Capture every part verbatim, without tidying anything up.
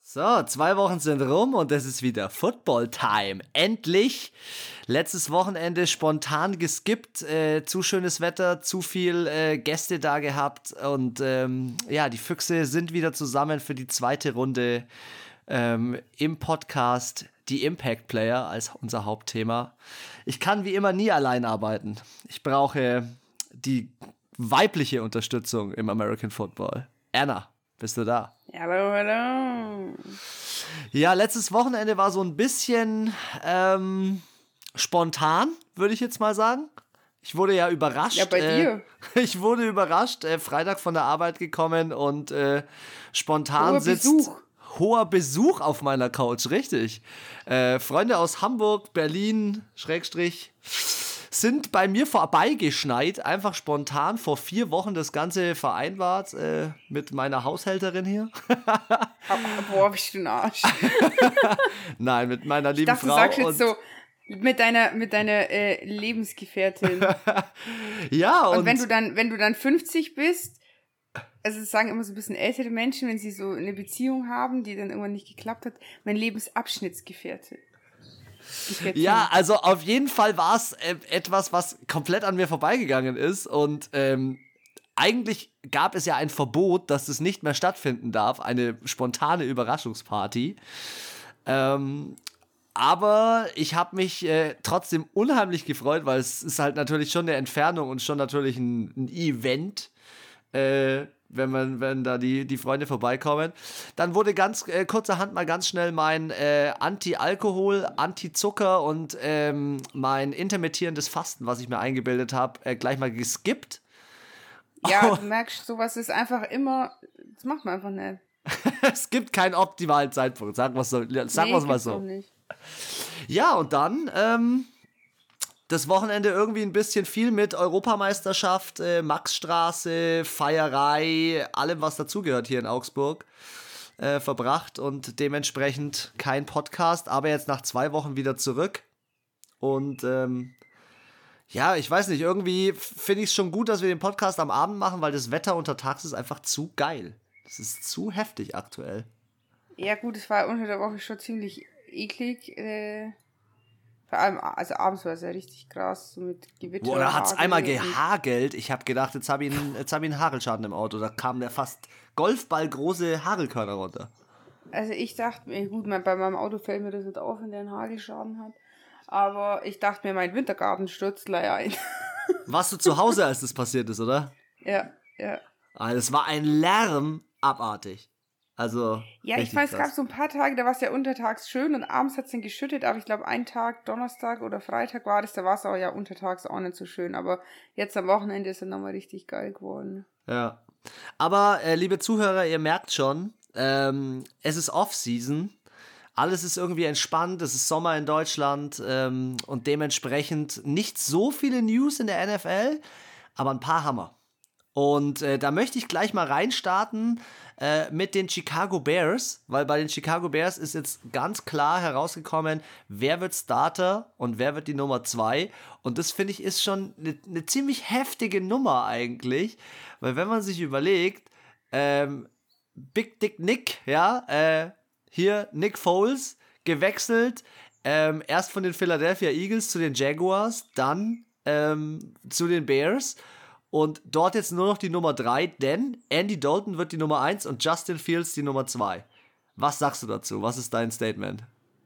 So, zwei Wochen sind rum und es ist wieder Football-Time. Endlich! Letztes Wochenende spontan geskippt, äh, zu schönes Wetter, zu viel äh, Gäste da gehabt und ähm, ja, die Füchse sind wieder zusammen für die zweite Runde ähm, im Podcast, die Impact Player als unser Hauptthema. Ich kann wie immer nie allein arbeiten. Ich brauche die weibliche Unterstützung im American Football. Anna, bist du da? Hallo, hallo. Ja, letztes Wochenende war so ein bisschen ähm, spontan, würde ich jetzt mal sagen. Ich wurde ja überrascht. Ja, bei äh, dir. Ich wurde überrascht, äh, Freitag von der Arbeit gekommen und äh, spontan Hoher sitzt Besuch. hoher Besuch auf meiner Couch, richtig. Äh, Freunde aus Hamburg, Berlin, Schrägstrich, sind bei mir vorbeigeschneit, einfach spontan, vor vier Wochen das Ganze vereinbart äh, mit meiner Haushälterin hier. Boah, bist du ein Arsch. Nein, mit meiner Ich lieben dachte, du Frau. sagst jetzt und so, mit deiner, mit deiner äh, Lebensgefährtin. ja, und, Und wenn du dann, wenn du dann fünfzig bist, also das sagen immer so ein bisschen ältere Menschen, wenn sie so eine Beziehung haben, die dann irgendwann nicht geklappt hat, mein Lebensabschnittsgefährte. Gefährtin. ja, also auf jeden Fall war es äh, etwas, was komplett an mir vorbeigegangen ist und ähm, eigentlich gab es ja ein Verbot, dass es nicht mehr stattfinden darf, eine spontane Überraschungsparty. Ähm, aber ich habe mich äh, trotzdem unheimlich gefreut, weil es ist halt natürlich schon eine Entfernung und schon natürlich ein, ein Event, äh, wenn man, wenn da die, die Freunde vorbeikommen. Dann wurde ganz äh, kurzerhand mal ganz schnell mein äh, Anti-Alkohol, Anti-Zucker und ähm, mein intermittierendes Fasten, was ich mir eingebildet habe, äh, gleich mal geskippt. Ja, du merkst, sowas ist einfach immer, das macht man einfach nicht. Es gibt keinen optimalen Zeitpunkt, sagen wir es so, sagen Nee, wir's mal gibt's so. auch nicht. Ja, und dann ähm, das Wochenende irgendwie ein bisschen viel mit Europameisterschaft, äh, Maxstraße, Feierei, allem, was dazugehört hier in Augsburg, äh, verbracht und dementsprechend kein Podcast, aber jetzt nach zwei Wochen wieder zurück. Und ähm, ja, ich weiß nicht, irgendwie finde ich es schon gut, dass wir den Podcast am Abend machen, weil das Wetter untertags ist einfach zu geil. Das ist zu heftig aktuell. Ja gut, es war unter der Woche schon ziemlich eklig. Äh, vor allem, also abends war es ja richtig krass, so mit Gewitter. Boah, da hat's Hagel einmal und- gehagelt. Ich habe gedacht, jetzt habe ich, einen- jetzt hab ich einen Hagelschaden im Auto. Da kamen der fast golfballgroße Hagelkörner runter. Also ich dachte mir, gut, mein, bei meinem Auto fällt mir das nicht auf, wenn der einen Hagelschaden hat. Aber ich dachte mir, mein Wintergarten stürzt gleich ein. Warst du zu Hause, als das passiert ist, oder? ja, ja. Ah, das war ein Lärm abartig. Also, Ja, ich richtig weiß, es krass. gab so ein paar Tage, da war es ja untertags schön und abends hat es dann geschüttet, aber ich glaube, ein Tag, Donnerstag oder Freitag war das, da war es aber ja untertags auch nicht so schön. Aber jetzt am Wochenende ist es nochmal richtig geil geworden. Ja. Aber, äh, liebe Zuhörer, ihr merkt schon, ähm, es ist Off-Season. Alles ist irgendwie entspannt, es ist Sommer in Deutschland ähm, und dementsprechend nicht so viele News in der N F L, aber ein paar haben wir. Und äh, da möchte ich gleich mal reinstarten äh, mit den Chicago Bears, weil bei den Chicago Bears ist jetzt ganz klar herausgekommen, wer wird Starter und wer wird die Nummer zwei. Und das finde ich ist schon eine ne ziemlich heftige Nummer eigentlich, weil wenn man sich überlegt, ähm, Big Dick Nick, ja, äh, hier Nick Foles gewechselt, ähm, erst von den Philadelphia Eagles zu den Jaguars, dann ähm, zu den Bears. Und dort jetzt nur noch die Nummer drei, denn Andy Dalton wird die Nummer eins und Justin Fields die Nummer zwei. Was sagst du dazu? Was ist dein Statement?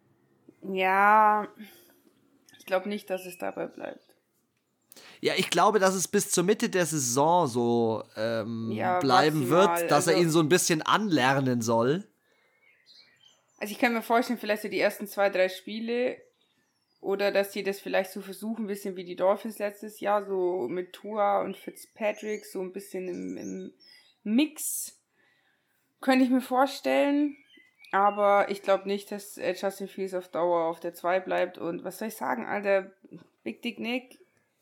Ja, ich glaube nicht, dass es dabei bleibt. Ja, ich glaube, dass es bis zur Mitte der Saison so ähm, Ja, bleiben maximal, wird, dass er also- ihn so ein bisschen anlernen soll. Also ich kann mir vorstellen, vielleicht so die ersten zwei, drei Spiele oder dass die das vielleicht so versuchen, ein bisschen wie die Dolphins letztes Jahr, so mit Tua und Fitzpatrick, so ein bisschen im, im Mix, könnte ich mir vorstellen. Aber ich glaube nicht, dass äh, Justin Fields auf Dauer auf der zwei bleibt. Und was soll ich sagen, Alter, Big Dick Nick,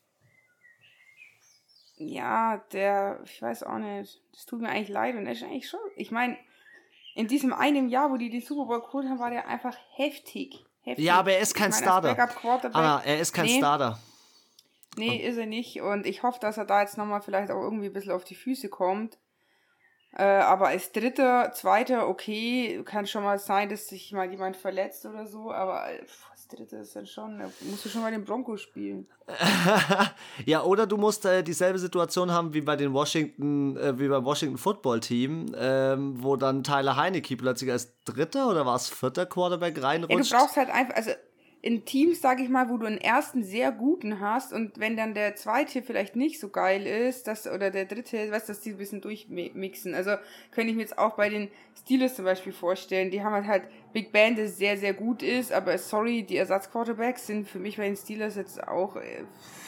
ja, der, ich weiß auch nicht, das tut mir eigentlich leid und er ist eigentlich schon, ich meine, in diesem einen Jahr, wo die den Super Bowl geholt haben, war der einfach heftig. heftig. Ja, aber er ist kein ich mein, Starter. als Backup-Quarterback, Anna, er ist kein nee, Starter. Nee, ist er nicht. Und ich hoffe, dass er da jetzt nochmal vielleicht auch irgendwie ein bisschen auf die Füße kommt. Äh, aber als Dritter, Zweiter, okay, kann schon mal sein, dass sich mal jemand verletzt oder so, aber äh, als Dritter ist dann schon, da musst du schon mal den Broncos spielen. Ja, oder du musst äh, dieselbe Situation haben wie bei den Washington, äh, wie beim Washington Football Team, ähm, wo dann Tyler Heineke plötzlich als dritter oder war es vierter Quarterback reinrutscht. Ja, du brauchst halt einfach, also in Teams, sage ich mal, wo du einen ersten sehr guten hast und wenn dann der zweite vielleicht nicht so geil ist, dass, oder der dritte, weißt du, dass die ein bisschen durchmixen. Also könnte ich mir jetzt auch bei den Steelers zum Beispiel vorstellen, die haben halt halt Big Ben, das sehr, sehr gut ist, aber sorry, die Ersatzquarterbacks sind für mich bei den Steelers jetzt auch, äh,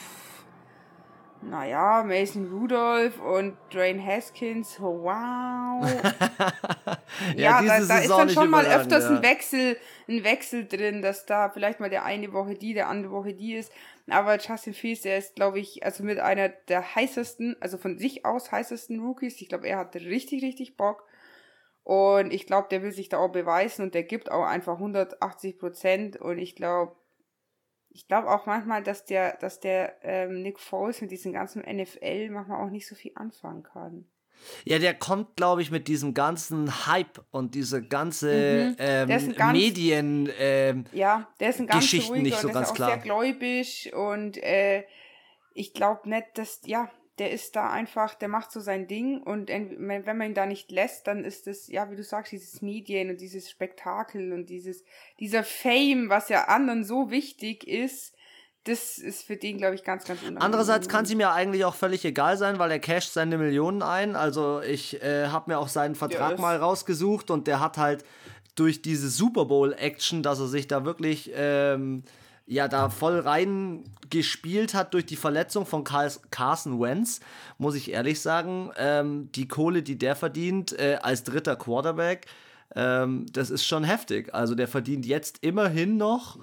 naja, Mason Rudolph und Dwayne Haskins, oh, wow. ja, ja da, da ist dann schon mal öfters ja. ein Wechsel, ein Wechsel drin, dass da vielleicht mal der eine Woche die, der andere Woche die ist. Aber Justin Fields, der ist, glaube ich, also mit einer der heißesten, also von sich aus heißesten Rookies. Ich glaube, er hat richtig, richtig Bock. Und ich glaube, der will sich da auch beweisen und der gibt auch einfach hundertachtzig Prozent. Und ich glaube, Ich glaube auch manchmal, dass der, dass der ähm, Nick Foles mit diesem ganzen N F L manchmal auch nicht so viel anfangen kann. Ja, der kommt, glaube ich, mit diesem ganzen Hype und diese ganze mhm. ähm, ganz, Medien ähm, ja, der ist ein ganz Geschichten ruhiger, nicht so der ganz ist auch klar. sehr gläubig und äh, ich glaube nicht, dass, ja, der ist da einfach, der macht so sein Ding und wenn man ihn da nicht lässt, dann ist das, ja, wie du sagst, dieses Medien und dieses Spektakel und dieses, dieser Fame, was ja anderen so wichtig ist, das ist für den, glaube ich, ganz, ganz unangenehm. Andererseits kann es ihm ja eigentlich auch völlig egal sein, weil er casht seine Millionen ein. Also ich äh, habe mir auch seinen Vertrag ja, mal rausgesucht und der hat halt durch diese Super Bowl-Action, dass er sich da wirklich ähm, ja da voll reingespielt hat durch die Verletzung von Carson Wentz, muss ich ehrlich sagen, ähm, die Kohle, die der verdient äh, als dritter Quarterback, ähm, das ist schon heftig. Also der verdient jetzt immerhin noch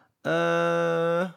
äh,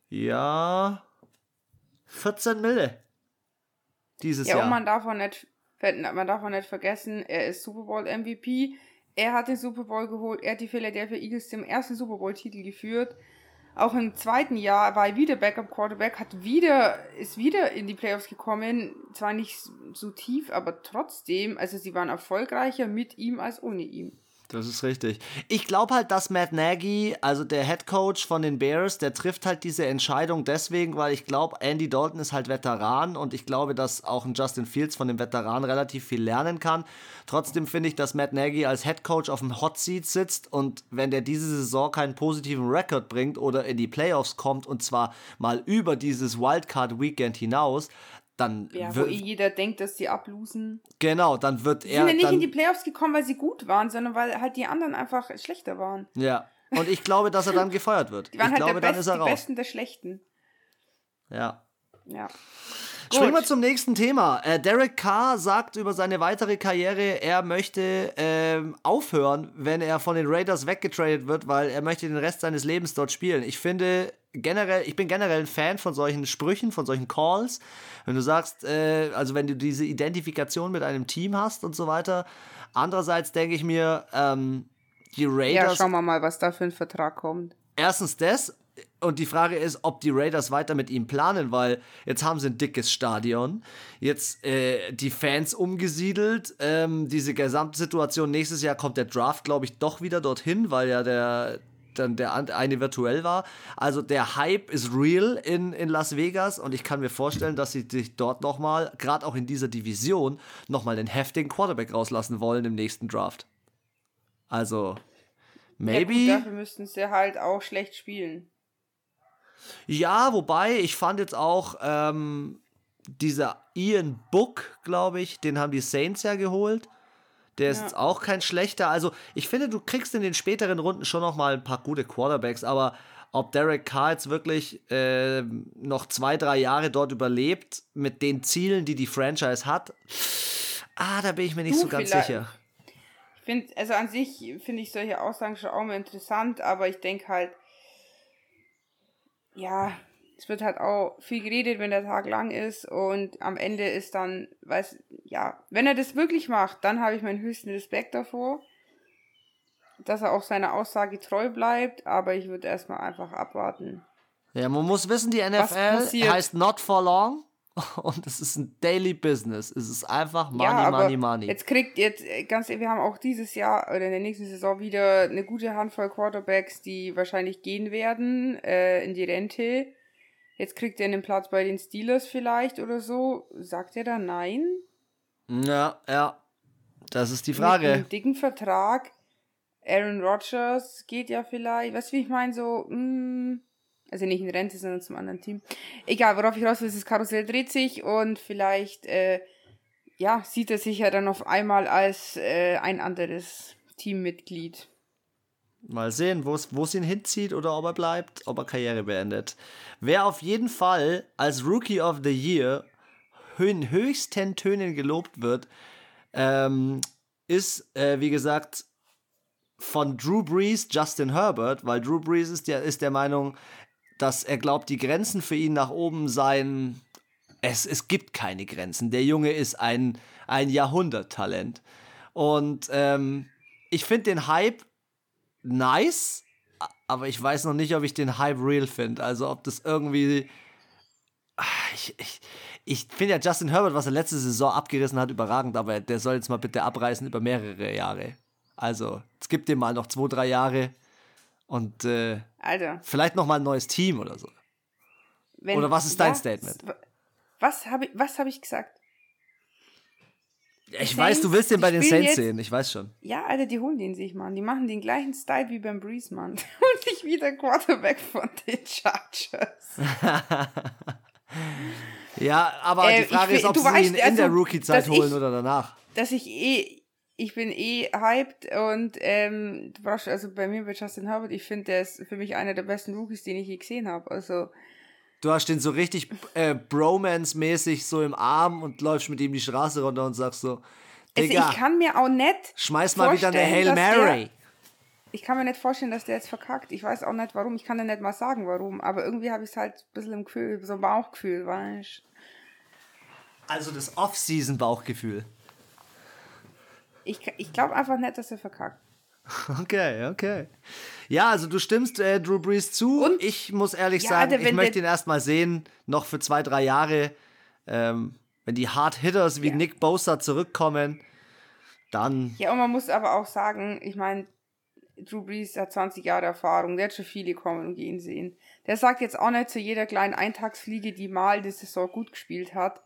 ja vierzehn Mille dieses ja, Jahr. Ja, und man darf auch nicht, man darf auch nicht vergessen, er ist Super Bowl M V P, er hat den Super Bowl geholt, er hat die Philadelphia Eagles zum ersten Super Bowl-Titel geführt. Auch im zweiten Jahr war er wieder Backup-Quarterback, hat wieder, ist wieder in die Playoffs gekommen, zwar nicht so tief, aber trotzdem, also sie waren erfolgreicher mit ihm als ohne ihn. Das ist richtig. Ich glaube halt, dass Matt Nagy, also der Head Coach von den Bears, der trifft halt diese Entscheidung deswegen, weil ich glaube, Andy Dalton ist halt Veteran und ich glaube, dass auch ein Justin Fields von dem Veteran relativ viel lernen kann. Trotzdem finde ich, dass Matt Nagy als Head Coach auf dem Hot Seat sitzt und wenn der diese Saison keinen positiven Rekord bringt oder in die Playoffs kommt und zwar mal über dieses Wildcard-Weekend hinaus, dann ja, wo eh jeder denkt, dass sie ablosen. Genau, dann wird er... Sie sind ja nicht dann, in die Playoffs gekommen, weil sie gut waren, sondern weil halt die anderen einfach schlechter waren. Ja, und ich glaube, dass er dann gefeuert wird. Die waren ich halt glaube, der dann Best, ist er die raus. Besten der Schlechten. Ja. Ja. Springen wir zum nächsten Thema. Äh, Derek Carr sagt über seine weitere Karriere, er möchte ähm, aufhören, wenn er von den Raiders weggetradet wird, weil er möchte den Rest seines Lebens dort spielen. Ich finde generell, ich bin generell ein Fan von solchen Sprüchen, von solchen Calls. Wenn du sagst, äh, also wenn du diese Identifikation mit einem Team hast und so weiter. Andererseits denke ich mir, ähm, die Raiders... Ja, schauen wir mal, was da für ein Vertrag kommt. Erstens das... Und die Frage ist, ob die Raiders weiter mit ihm planen, weil jetzt haben sie ein dickes Stadion, jetzt äh, die Fans umgesiedelt, ähm, diese Gesamtsituation, nächstes Jahr kommt der Draft, glaube ich, doch wieder dorthin, weil ja der dann der eine virtuell war. Also der Hype ist real in, in Las Vegas und ich kann mir vorstellen, dass sie sich dort nochmal, gerade auch in dieser Division, nochmal den heftigen Quarterback rauslassen wollen im nächsten Draft. Also, maybe. Ja gut, dafür müssten sie halt auch schlecht spielen. Ja, wobei, ich fand jetzt auch ähm, dieser Ian Book, glaube ich, den haben die Saints ja geholt. Der ist ja. jetzt auch kein schlechter. Also ich finde, du kriegst in den späteren Runden schon noch mal ein paar gute Quarterbacks, aber ob Derek Carr jetzt wirklich äh, noch zwei, drei Jahre dort überlebt mit den Zielen, die die Franchise hat, ah, da bin ich mir nicht du so ganz vielleicht. sicher. Ich finde, also an sich finde ich solche Aussagen schon auch mal interessant, aber ich denke halt, ja, es wird halt auch viel geredet, wenn der Tag lang ist und am Ende ist dann, weiß, ja, wenn er das wirklich macht, dann habe ich meinen höchsten Respekt davor, dass er auch seiner Aussage treu bleibt, aber ich würde erstmal einfach abwarten. Ja, man muss wissen, die N F L heißt not for long Und es ist ein Daily Business. Es ist einfach Money, ja, aber Money, Money. jetzt kriegt jetzt, äh, ganz ehrlich, wir haben auch dieses Jahr oder in der nächsten Saison wieder eine gute Handvoll Quarterbacks, die wahrscheinlich gehen werden äh, in die Rente. Jetzt kriegt er einen Platz bei den Steelers vielleicht oder so. Sagt er da nein? Ja, ja. Das ist die Mit Frage. einem dicken Vertrag. Aaron Rodgers geht ja vielleicht. Weißt du, wie ich meine? So, mh, also nicht in Rente, sondern zum anderen Team. Egal, worauf ich raus will, das Karussell dreht sich und vielleicht, äh, ja, sieht er sich ja dann auf einmal als äh, ein anderes Teammitglied. Mal sehen, wo es ihn hinzieht oder ob er bleibt, ob er Karriere beendet. Wer auf jeden Fall als Rookie of the Year in höchsten Tönen gelobt wird, ähm, ist, äh, wie gesagt, von Drew Brees Justin Herbert, weil Drew Brees ist der, ist der Meinung, dass er glaubt, die Grenzen für ihn nach oben seien, es, es gibt keine Grenzen. Der Junge ist ein, ein Jahrhunderttalent. Und ähm, ich finde den Hype nice, aber ich weiß noch nicht, ob ich den Hype real finde. Also ob das irgendwie... Ich, ich, ich finde ja Justin Herbert, was er letzte Saison abgerissen hat, überragend, aber der soll jetzt mal bitte abreißen über mehrere Jahre. Also, es gibt dem mal noch zwei, drei Jahre und äh, Alter. vielleicht noch mal ein neues Team oder so. Wenn, oder was ist dein ja, Statement? Was habe ich, was hab ich gesagt? Ich Saints, weiß, du willst den bei den Saints jetzt sehen, ich weiß schon. Ja, Alter, die holen den sich, Mann. Die machen den gleichen Style wie beim Breeze, Mann. Und nicht wieder Quarterback von den Chargers. Ja, aber äh, die Frage ist, ob sie weißt, ihn in also, der Rookie-Zeit holen ich, oder danach. Dass ich eh, ich bin eh hyped und ähm, du brauchst also bei mir bei Justin Herbert, ich finde, der ist für mich einer der besten Rookies, den ich je gesehen habe. Also du hast den so richtig äh, Bromance-mäßig so im Arm und läufst mit ihm die Straße runter und sagst so, Digga, also ich kann mir auch nicht schmeiß mal wieder eine Hail Mary. Der, ich kann mir nicht vorstellen, dass der jetzt verkackt. Ich weiß auch nicht, warum. Ich kann dir nicht mal sagen, warum. Aber irgendwie habe ich es halt ein bisschen im Gefühl, so ein Bauchgefühl, weißt du. Also das Off-Season-Bauchgefühl. Ich, ich glaube einfach nicht, dass er verkackt. Okay, okay. Ja, also du stimmst äh, Drew Brees zu. Und ich muss ehrlich ja, sagen, Alter, ich möchte ihn erstmal sehen, noch für zwei, drei Jahre. Ähm, wenn die Hard-Hitters wie ja. Nick Bosa zurückkommen, dann... Ja, und man muss aber auch sagen, ich meine, Drew Brees hat zwanzig Jahre Erfahrung, der hat schon viele kommen und gehen sehen. Der sagt jetzt auch nicht zu jeder kleinen Eintagsfliege, die mal die Saison gut gespielt hat,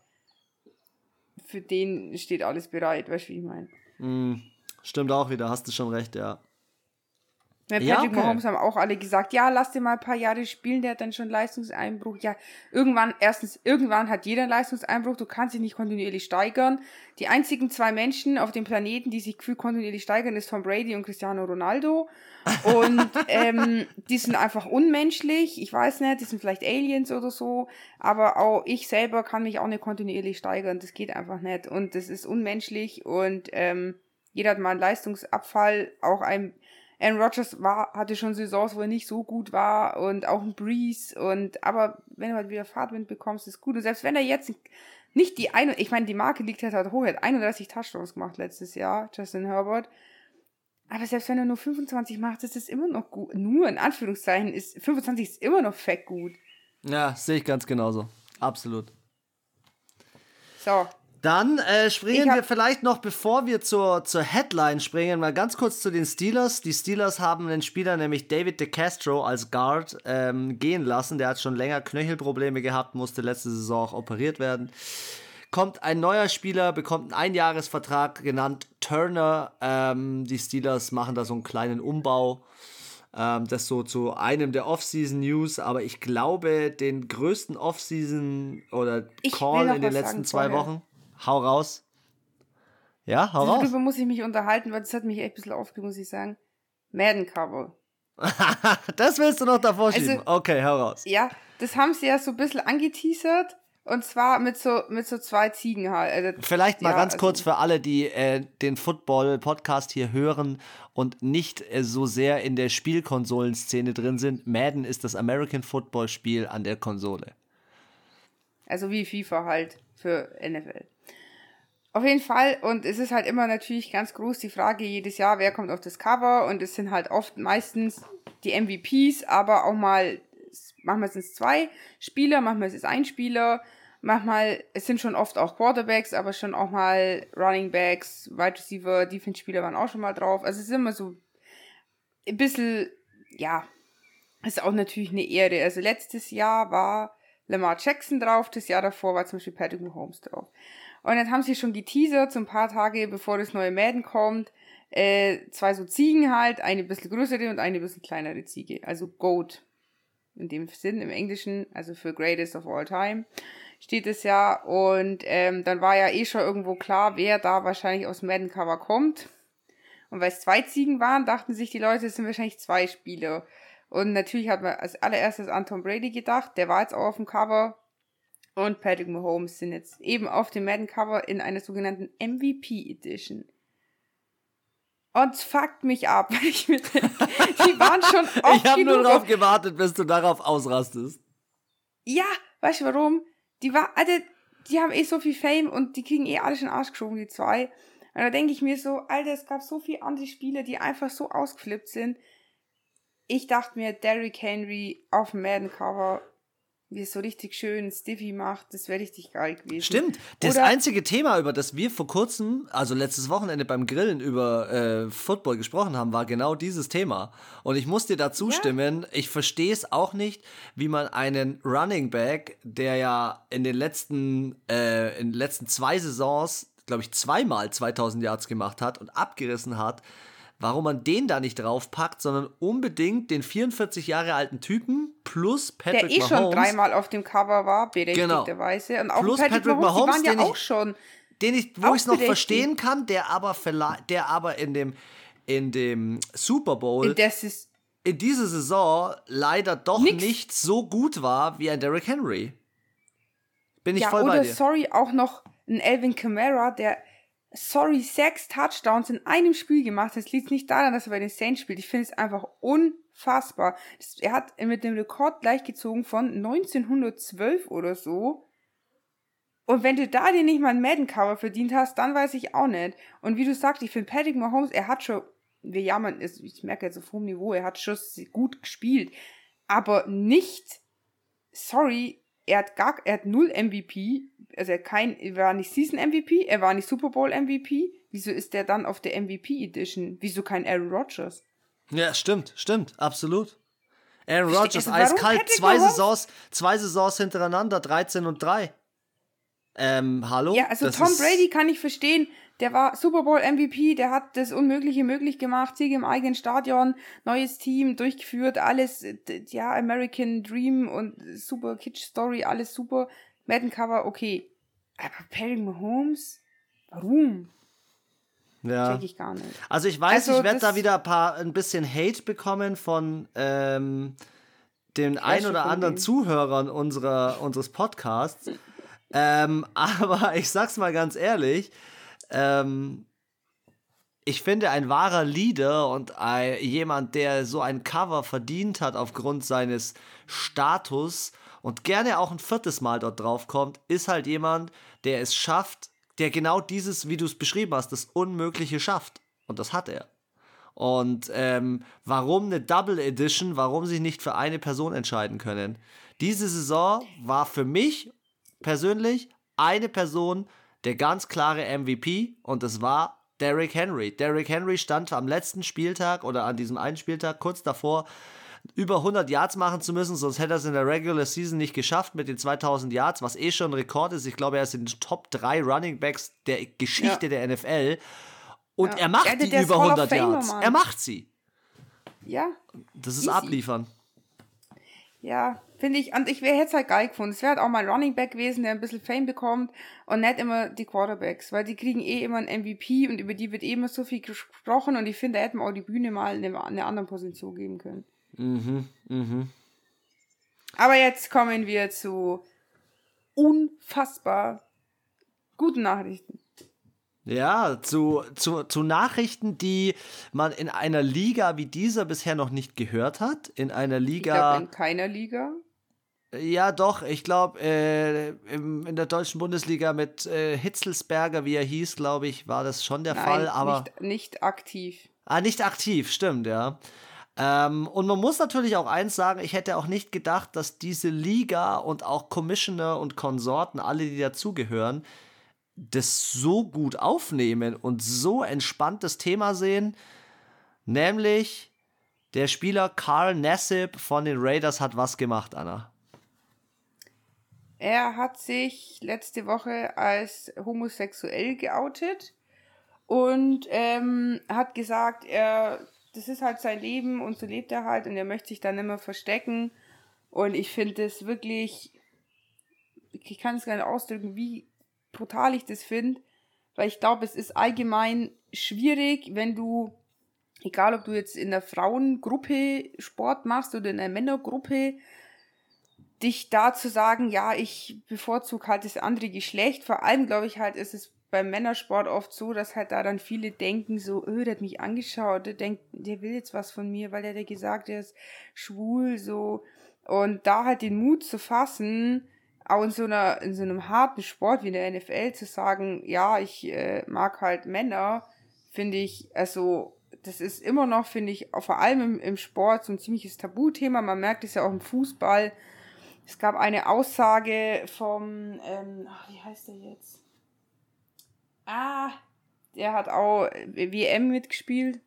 für den steht alles bereit, weißt du, wie ich meine? Mm, stimmt auch wieder, hast du schon recht, ja. Bei Patrick ja, okay. Mahomes haben auch alle gesagt, ja, lass dir mal ein paar Jahre spielen, der hat dann schon Leistungseinbruch. Ja, irgendwann, erstens, irgendwann hat jeder einen Leistungseinbruch, du kannst dich nicht kontinuierlich steigern. Die einzigen zwei Menschen auf dem Planeten, die sich gefühlt kontinuierlich steigern, ist Tom Brady und Cristiano Ronaldo. Und ähm, die sind einfach unmenschlich, ich weiß nicht, die sind vielleicht Aliens oder so, aber auch ich selber kann mich auch nicht kontinuierlich steigern, das geht einfach nicht und das ist unmenschlich und ähm, jeder hat mal einen Leistungsabfall, auch ein Aaron Rodgers war, hatte schon Saisons, wo er nicht so gut war und auch ein Breeze und aber wenn du halt wieder Fahrtwind bekommst, ist gut und selbst wenn er jetzt nicht die eine, ich meine die Marke liegt halt, halt hoch, er hat einunddreißig Touchdowns gemacht letztes Jahr, Justin Herbert, aber selbst wenn er nur fünfundzwanzig macht, ist es immer noch gut, nur in Anführungszeichen ist fünfundzwanzig ist immer noch fett gut. Ja, sehe ich ganz genauso, absolut. So. Dann äh, springen wir vielleicht noch, bevor wir zur, zur Headline springen, mal ganz kurz zu den Steelers. Die Steelers haben einen Spieler, nämlich David DeCastro, als Guard ähm, gehen lassen. Der hat schon länger Knöchelprobleme gehabt, musste letzte Saison auch operiert werden. Kommt ein neuer Spieler, bekommt einen Einjahresvertrag, genannt Turner. Ähm, die Steelers machen da so einen kleinen Umbau. Ähm, das so zu einem der Off-Season-News. Aber ich glaube, den größten Off-Season oder Call in den letzten zwei vorher. Wochen... Hau raus. Ja, hau raus. Darüber muss ich mich unterhalten, weil das hat mich echt ein bisschen aufgeregt, muss ich sagen. Madden-Cover. Das willst du noch davor schieben? Also, okay, hau raus. Ja, das haben sie ja so ein bisschen angeteasert. Und zwar mit so, mit so zwei Ziegen halt. Also, Vielleicht mal ja, ganz also, kurz für alle, die äh, den Football-Podcast hier hören und nicht äh, so sehr in der Spielkonsolenszene drin sind. Madden ist das American Football-Spiel an der Konsole. Also wie FIFA halt für N F L. Auf jeden Fall, und es ist halt immer natürlich ganz groß die Frage jedes Jahr, wer kommt auf das Cover, und es sind halt oft meistens die M V Ps, aber auch mal, manchmal sind es zwei Spieler, manchmal ist es ein Spieler, manchmal, es sind schon oft auch Quarterbacks, aber schon auch mal Running Backs, Wide Receiver, Defense-Spieler waren auch schon mal drauf. Also es ist immer so ein bisschen, ja, ist auch natürlich eine Ehre. Also letztes Jahr war Lamar Jackson drauf, das Jahr davor war zum Beispiel Patrick Mahomes drauf. Und dann haben sie schon geteasert, so ein paar Tage bevor das neue Madden kommt, äh, zwei so Ziegen halt, eine ein bisschen größere und eine ein bisschen kleinere Ziege. Also GOAT in dem Sinn, im Englischen, also für Greatest of All Time steht es ja. Und ähm, dann war ja eh schon irgendwo klar, wer da wahrscheinlich aus Madden-Cover kommt. Und weil es zwei Ziegen waren, dachten sich die Leute, es sind wahrscheinlich zwei Spieler. Und natürlich hat man als allererstes an Tom Brady gedacht, der war jetzt auch auf dem Cover. Und Patrick Mahomes sind jetzt eben auf dem Madden-Cover in einer sogenannten M V P-Edition. Und es fuckt mich ab, weil ich mir denke, die waren schon oft Ich habe nur genug darauf auf- gewartet, bis du darauf ausrastest. Ja, weißt du warum? Die war, Alter, die haben eh so viel Fame und die kriegen eh alles in den Arsch geschoben, die zwei. Und da denke ich mir so, Alter, es gab so viele andere Spieler, die einfach so ausgeflippt sind. Ich dachte mir, Derrick Henry auf dem Madden-Cover, wie es so richtig schön Stiffy macht, das wäre richtig geil gewesen. Stimmt. Das Oder- einzige Thema, über das wir vor kurzem, also letztes Wochenende beim Grillen über äh, Football gesprochen haben, war genau dieses Thema. Und ich muss dir da zustimmen, ich verstehe es auch nicht, wie man einen Running Back, der ja in den letzten, äh, in den letzten zwei Saisons, glaube ich, zweimal zweitausend Yards gemacht hat und abgerissen hat, warum man den da nicht draufpackt, sondern unbedingt den vierundvierzig Jahre alten Typen plus Patrick der eh Mahomes. schon dreimal auf dem Cover war, berechtigterweise. Und auch Plus Patrick, Patrick Mahomes, Mahomes, die waren den ja ich- auch schon. Den ich, wo Auch ich es noch berechtigt. verstehen kann, der aber vielleicht, der aber in dem, in dem Super Bowl In das ist, in dieser Saison leider doch Nix. nicht so gut war wie ein Derrick Henry. Bin ich ja, voll oder bei dir. sorry, auch noch ein Alvin Kamara, der, sorry, sechs Touchdowns in einem Spiel gemacht hat. Das liegt nicht daran, dass er bei den Saints spielt. Ich finde es einfach unfassbar. Das, er hat mit dem Rekord gleichgezogen von neunzehnhundertzwölf oder so. Und wenn du da dir nicht mal ein Madden-Cover verdient hast, dann weiß ich auch nicht. Und wie du sagst, ich finde Patrick Mahomes, er hat schon, wir jammern, ich merke jetzt auf hohem Niveau, er hat schon gut gespielt. Aber nicht, sorry, er hat gar, er hat null M V P, also er, kein, er war nicht Season M V P, er war nicht Super Bowl M V P. Wieso ist der dann auf der M V P Edition? Wieso kein Aaron Rodgers? Ja, stimmt, stimmt, absolut. Aaron Verste- Rodgers, also warum eiskalt, Patrick zwei Mahomes? Saisons, zwei Saisons hintereinander, dreizehn und drei. Ähm, hallo? Ja, also Das Tom ist- Brady kann ich verstehen. Der war Super Bowl M V P, der hat das Unmögliche möglich gemacht, Siege im eigenen Stadion, neues Team durchgeführt, alles, d- ja, American Dream und super Kitsch Story, alles super. Madden Cover, okay. Aber Patrick Mahomes? Warum? Ja. Check ich gar nicht. Also ich weiß, Also ich werde das- da wieder ein paar ein bisschen Hate bekommen von ähm, den ein schon oder von anderen wem. Zuhörern unserer, unseres Podcasts. ähm, aber ich sag's mal ganz ehrlich, ähm, ich finde, ein wahrer Leader und ein, jemand, der so ein Cover verdient hat aufgrund seines Status und gerne auch ein viertes Mal dort draufkommt, ist halt jemand, der es schafft, der genau dieses, wie du es beschrieben hast, das Unmögliche schafft. Und das hat er. Und ähm, warum eine Double Edition, warum sich nicht für eine Person entscheiden können? Diese Saison war für mich persönlich eine Person der ganz klare M V P und das war Derrick Henry. Derrick Henry stand am letzten Spieltag oder an diesem einen Spieltag kurz davor, über hundert Yards machen zu müssen, sonst hätte er es in der Regular Season nicht geschafft mit den zweitausend Yards, was eh schon ein Rekord ist. Ich glaube, er ist in den Top drei Running Backs der Geschichte Ja. der N F L. Und Ja. er macht Ja, der- die der ist über Hall of hundert Famer, Yards. Mann. Er macht sie. Ja, Das ist Easy. abliefern. ja, finde ich, und ich wäre jetzt halt geil gefunden. Es wäre halt auch mal ein Running Back gewesen, der ein bisschen Fame bekommt und nicht immer die Quarterbacks, weil die kriegen eh immer einen M V P und über die wird eh immer so viel gesprochen und ich finde, da hätten wir auch die Bühne mal in eine andere Position geben können. Mhm, mhm. Aber jetzt kommen wir zu unfassbar guten Nachrichten. Ja, zu, zu, zu Nachrichten, die man in einer Liga wie dieser bisher noch nicht gehört hat. In einer Ich Liga. glaube, in keiner Liga. Ja, doch, ich glaube, äh, im- in der deutschen Bundesliga mit äh, Hitzelsberger, wie er hieß, glaube ich, war das schon der Nein, Fall, aber. nicht, nicht aktiv. Ah, nicht aktiv, stimmt, ja. Ähm, und man muss natürlich auch eins sagen, ich hätte auch nicht gedacht, dass diese Liga und auch Commissioner und Konsorten, alle, die dazugehören, das so gut aufnehmen und so entspannt das Thema sehen. Nämlich, der Spieler Carl Nassib von den Raiders hat was gemacht, Anna. Er hat sich letzte Woche als homosexuell geoutet und ähm, hat gesagt, er, das ist halt sein Leben und so lebt er halt und er möchte sich dann immer verstecken. Und ich finde das wirklich, ich kann es gar nicht ausdrücken, wie brutal ich das finde, weil ich glaube, es ist allgemein schwierig, wenn du, egal ob du jetzt in einer Frauengruppe Sport machst oder in einer Männergruppe, dich da zu sagen, ja, ich bevorzuge halt das andere Geschlecht. Vor allem, glaube ich, halt ist es beim Männersport oft so, dass halt da dann viele denken so, öh, der hat mich angeschaut, der denkt, der will jetzt was von mir, weil der hat gesagt, der ist schwul, so. Und da halt den Mut zu fassen, auch in so einer, in so einem harten Sport wie in der N F L zu sagen, ja, ich äh, mag halt Männer, finde ich, also, das ist immer noch, finde ich, vor allem im, im Sport so ein ziemliches Tabuthema. Man merkt es ja auch im Fußball. Es gab eine Aussage vom, ähm, ach, wie heißt der jetzt? Ah, der hat auch W M mitgespielt.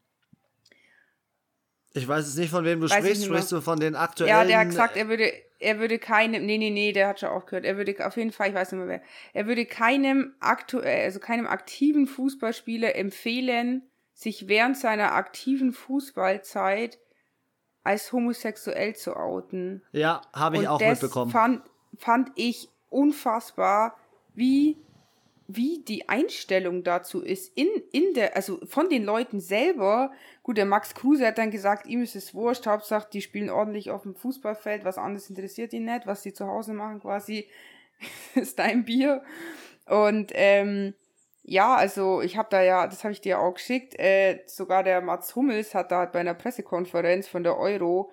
Ich weiß jetzt nicht, von wem du Weiß sprichst. Sprichst du von den aktuellen... Ja, der hat gesagt, er würde, er würde keinem, nee, nee, nee, der hat schon aufgehört. Er würde auf jeden Fall, ich weiß nicht mehr wer, er würde keinem aktuell, also keinem aktiven Fußballspieler empfehlen, sich während seiner aktiven Fußballzeit als homosexuell zu outen. Ja, habe ich und auch das mitbekommen. Fand, fand ich unfassbar, wie, wie die Einstellung dazu ist, in, in der, also von den Leuten selber. Gut, der Max Kruse hat dann gesagt, ihm ist es wurscht, Hauptsache, die spielen ordentlich auf dem Fußballfeld, was anderes interessiert ihn nicht, was sie zu Hause machen quasi, ist dein Bier. Und, ähm, ja, also ich habe da ja, das habe ich dir auch geschickt, äh, sogar der Mats Hummels hat da bei einer Pressekonferenz von der Euro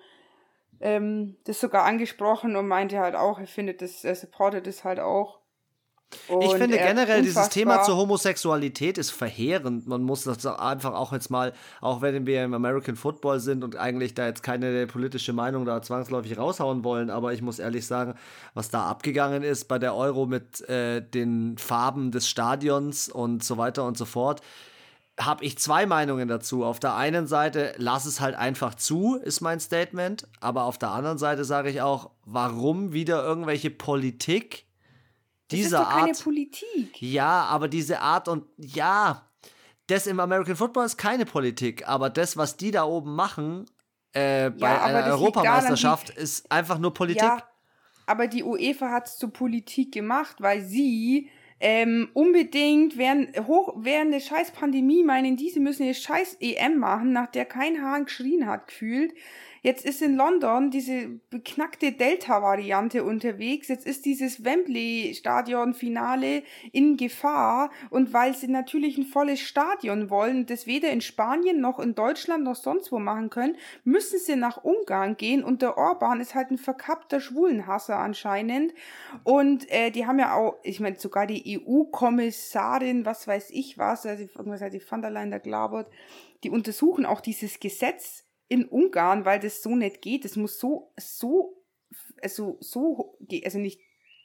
ähm, das sogar angesprochen und meinte halt auch, er findet das, er supportet das halt auch. Und ich finde generell, dieses Thema zur Homosexualität Homosexualität ist verheerend. Man muss das einfach auch jetzt mal, auch wenn wir im American Football sind und eigentlich da jetzt keine politische Meinung da zwangsläufig raushauen wollen, aber ich muss ehrlich sagen, was da abgegangen ist bei der Euro mit äh, den Farben des Stadions und so weiter und so fort, habe ich zwei Meinungen dazu. Auf der einen Seite, lass es halt einfach zu, ist mein Statement, aber auf der anderen Seite sage ich auch, warum wieder irgendwelche Politik dieser das ist doch keine Art, Politik. ja, aber diese Art und ja, das im American Football ist keine Politik, aber das, was die da oben machen äh, bei Ja, aber einer das liegt daran, Europameisterschaft, die, ist einfach nur Politik. ja, aber die UEFA hat es zur Politik gemacht, weil sie ähm, unbedingt während, hoch, während der scheiß Pandemie meinen, diese müssen eine scheiß E M machen, nach der kein Hahn geschrien hat, gefühlt. Jetzt ist in London diese beknackte Delta-Variante unterwegs. Jetzt ist dieses Wembley-Stadion-Finale in Gefahr. Und weil sie natürlich ein volles Stadion wollen und das weder in Spanien noch in Deutschland noch sonst wo machen können, müssen sie nach Ungarn gehen. Und der Orban ist halt ein verkappter Schwulenhasser anscheinend. Und äh, die haben ja auch, ich meine, sogar die E U-Kommissarin, was weiß ich was, also irgendwas hat die van der Leyen da gelabert, die untersuchen auch dieses Gesetz in Ungarn, weil das so nicht geht. Das muss so, so, also, so, also nicht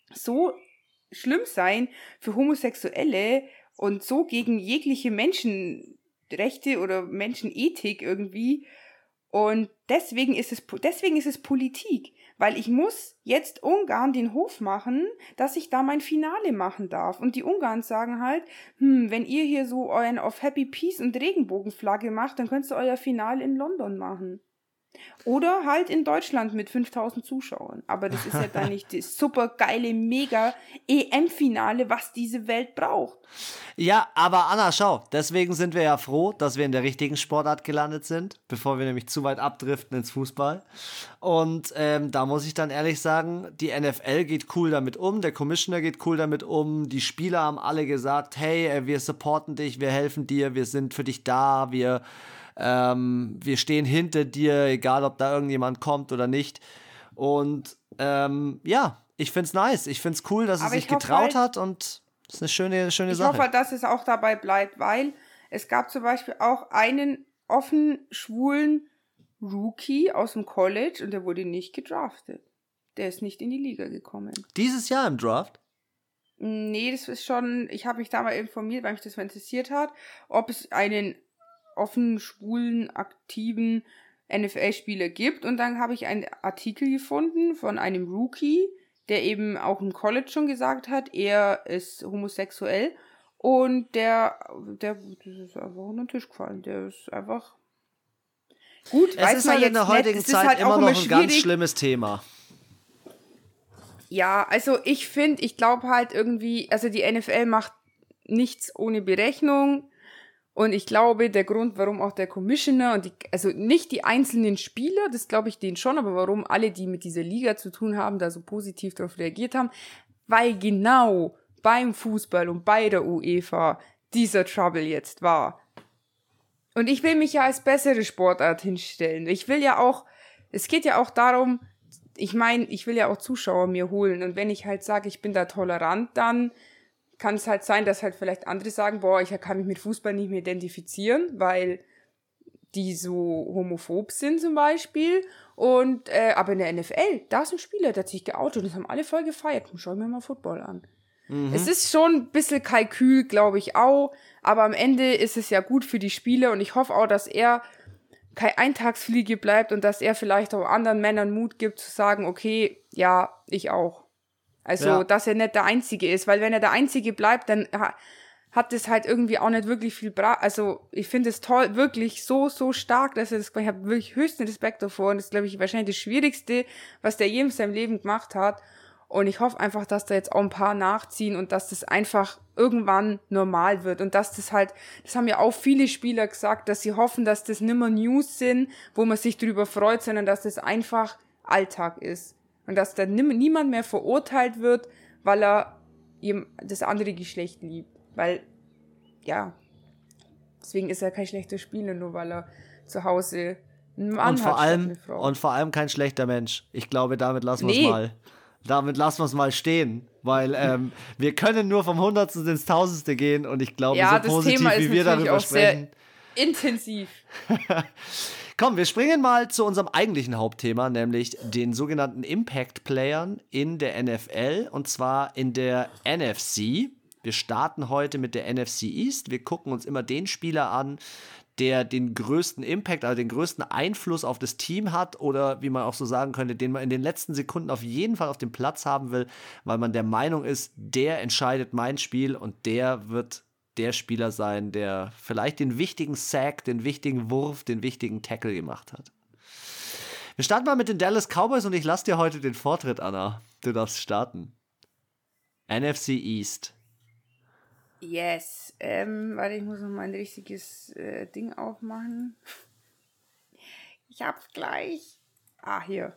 so schlimm sein für Homosexuelle und so gegen jegliche Menschenrechte oder Menschenethik irgendwie. Und deswegen ist es, deswegen ist es Politik, weil ich muss jetzt Ungarn den Hof machen, dass ich da mein Finale machen darf. Und die Ungarn sagen halt, hm, wenn ihr hier so euren auf Happy Peace und Regenbogenflagge macht, dann könnt ihr euer Finale in London machen. Oder halt in Deutschland mit fünftausend Zuschauern. Aber das ist ja dann nicht das super geile, mega E M-Finale, was diese Welt braucht. Ja, aber Anna, schau, deswegen sind wir ja froh, dass wir in der richtigen Sportart gelandet sind, bevor wir nämlich zu weit abdriften ins Fußball. Und ähm, da muss ich dann ehrlich sagen, die N F L geht cool damit um, der Commissioner geht cool damit um, die Spieler haben alle gesagt, hey, wir supporten dich, wir helfen dir, wir sind für dich da, wir Ähm, wir stehen hinter dir, egal ob da irgendjemand kommt oder nicht. Und ähm, ja, ich find's nice. Ich find's cool, dass er sich getraut halt, hat und das ist eine schöne, schöne ich Sache. Ich hoffe, dass es auch dabei bleibt, weil es gab zum Beispiel auch einen offen schwulen Rookie aus dem College und der wurde nicht gedraftet. Der ist nicht in die Liga gekommen. Dieses Jahr im Draft? Nee, das ist schon, ich habe mich da mal informiert, weil mich das mal interessiert hat, ob es einen offenen, schwulen, aktiven N F L-Spieler gibt. Und dann habe ich einen Artikel gefunden von einem Rookie, der eben auch im College schon gesagt hat, er ist homosexuell. Und der, der, das ist einfach unter den Tisch gefallen. Der ist einfach gut. Es weiß ist man halt in der heutigen nicht, Zeit halt immer noch ein ganz schlimmes Thema. Ja, also ich finde, ich glaube halt irgendwie, also die N F L macht nichts ohne Berechnung. Und ich glaube, der Grund, warum auch der Commissioner und die, also nicht die einzelnen Spieler, das glaube ich denen schon, aber warum alle, die mit dieser Liga zu tun haben, da so positiv darauf reagiert haben, weil genau beim Fußball und bei der UEFA dieser Trouble jetzt war. Und ich will mich ja als bessere Sportart hinstellen. Ich will ja auch, es geht ja auch darum, ich meine, ich will ja auch Zuschauer mir holen. Und wenn ich halt sage, ich bin da tolerant, dann kann es halt sein, dass halt vielleicht andere sagen, boah, ich kann mich mit Fußball nicht mehr identifizieren, weil die so homophob sind zum Beispiel. Und äh, aber in der N F L, da ist ein Spieler, der hat sich geoutet und das haben alle voll gefeiert. Schau mir mal Football an. Mhm. Es ist schon ein bisschen Kalkül, glaube ich auch, aber am Ende ist es ja gut für die Spieler und ich hoffe auch, dass er keine Eintagsfliege bleibt und dass er vielleicht auch anderen Männern Mut gibt zu sagen, okay, ja, ich auch. Also, ja. Dass er nicht der Einzige ist, weil wenn er der Einzige bleibt, dann ha- hat das halt irgendwie auch nicht wirklich viel bra- also, ich finde es toll, wirklich so, so stark, dass er das, ich habe wirklich höchsten Respekt davor und das ist, glaube ich, wahrscheinlich das Schwierigste, was der je in seinem Leben gemacht hat und ich hoffe einfach, dass da jetzt auch ein paar nachziehen und dass das einfach irgendwann normal wird und dass das halt, das haben ja auch viele Spieler gesagt, dass sie hoffen, dass das nimmer News sind, wo man sich drüber freut, sondern dass das einfach Alltag ist. Und dass da niemand mehr verurteilt wird, weil er das andere Geschlecht liebt. Weil, ja, deswegen ist er kein schlechter Spieler, nur weil er zu Hause einen Mann und vor hat allem, eine Frau. Und vor allem kein schlechter Mensch. Ich glaube, damit lassen wir es nee. mal. Damit lassen wir es mal stehen. Weil ähm, wir können nur vom Hundertsten ins Tausendste gehen und ich glaube, ja, so positiv, Thema wie wir darüber auch sprechen. Sehr intensiv. Komm, wir springen mal zu unserem eigentlichen Hauptthema, nämlich den sogenannten Impact-Playern in der N F L und zwar in der N F C. Wir starten heute mit der N F C East. Wir gucken uns immer den Spieler an, der den größten Impact, also den größten Einfluss auf das Team hat oder wie man auch so sagen könnte, den man in den letzten Sekunden auf jeden Fall auf dem Platz haben will, weil man der Meinung ist, der entscheidet mein Spiel und der wird der Spieler sein, der vielleicht den wichtigen Sack, den wichtigen Wurf, den wichtigen Tackle gemacht hat. Wir starten mal mit den Dallas Cowboys und ich lasse dir heute den Vortritt, Anna. Du darfst starten. N F C East. Yes. Ähm, warte, ich muss noch mal ein richtiges äh, Ding aufmachen. Ich hab's gleich. Ah, hier.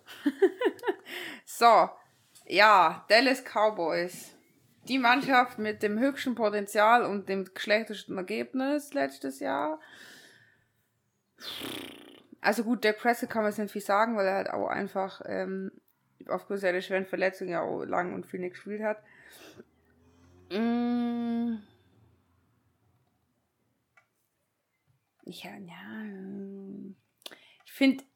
So. Ja, Dallas Cowboys. Die Mannschaft mit dem höchsten Potenzial und dem schlechtesten Ergebnis letztes Jahr. Also gut, Dak Prescott kann man jetzt nicht viel sagen, weil er halt auch einfach ähm, aufgrund seiner schweren Verletzung ja auch lang und viel nicht gespielt hat. Mm. Ja, ja. Ich finde,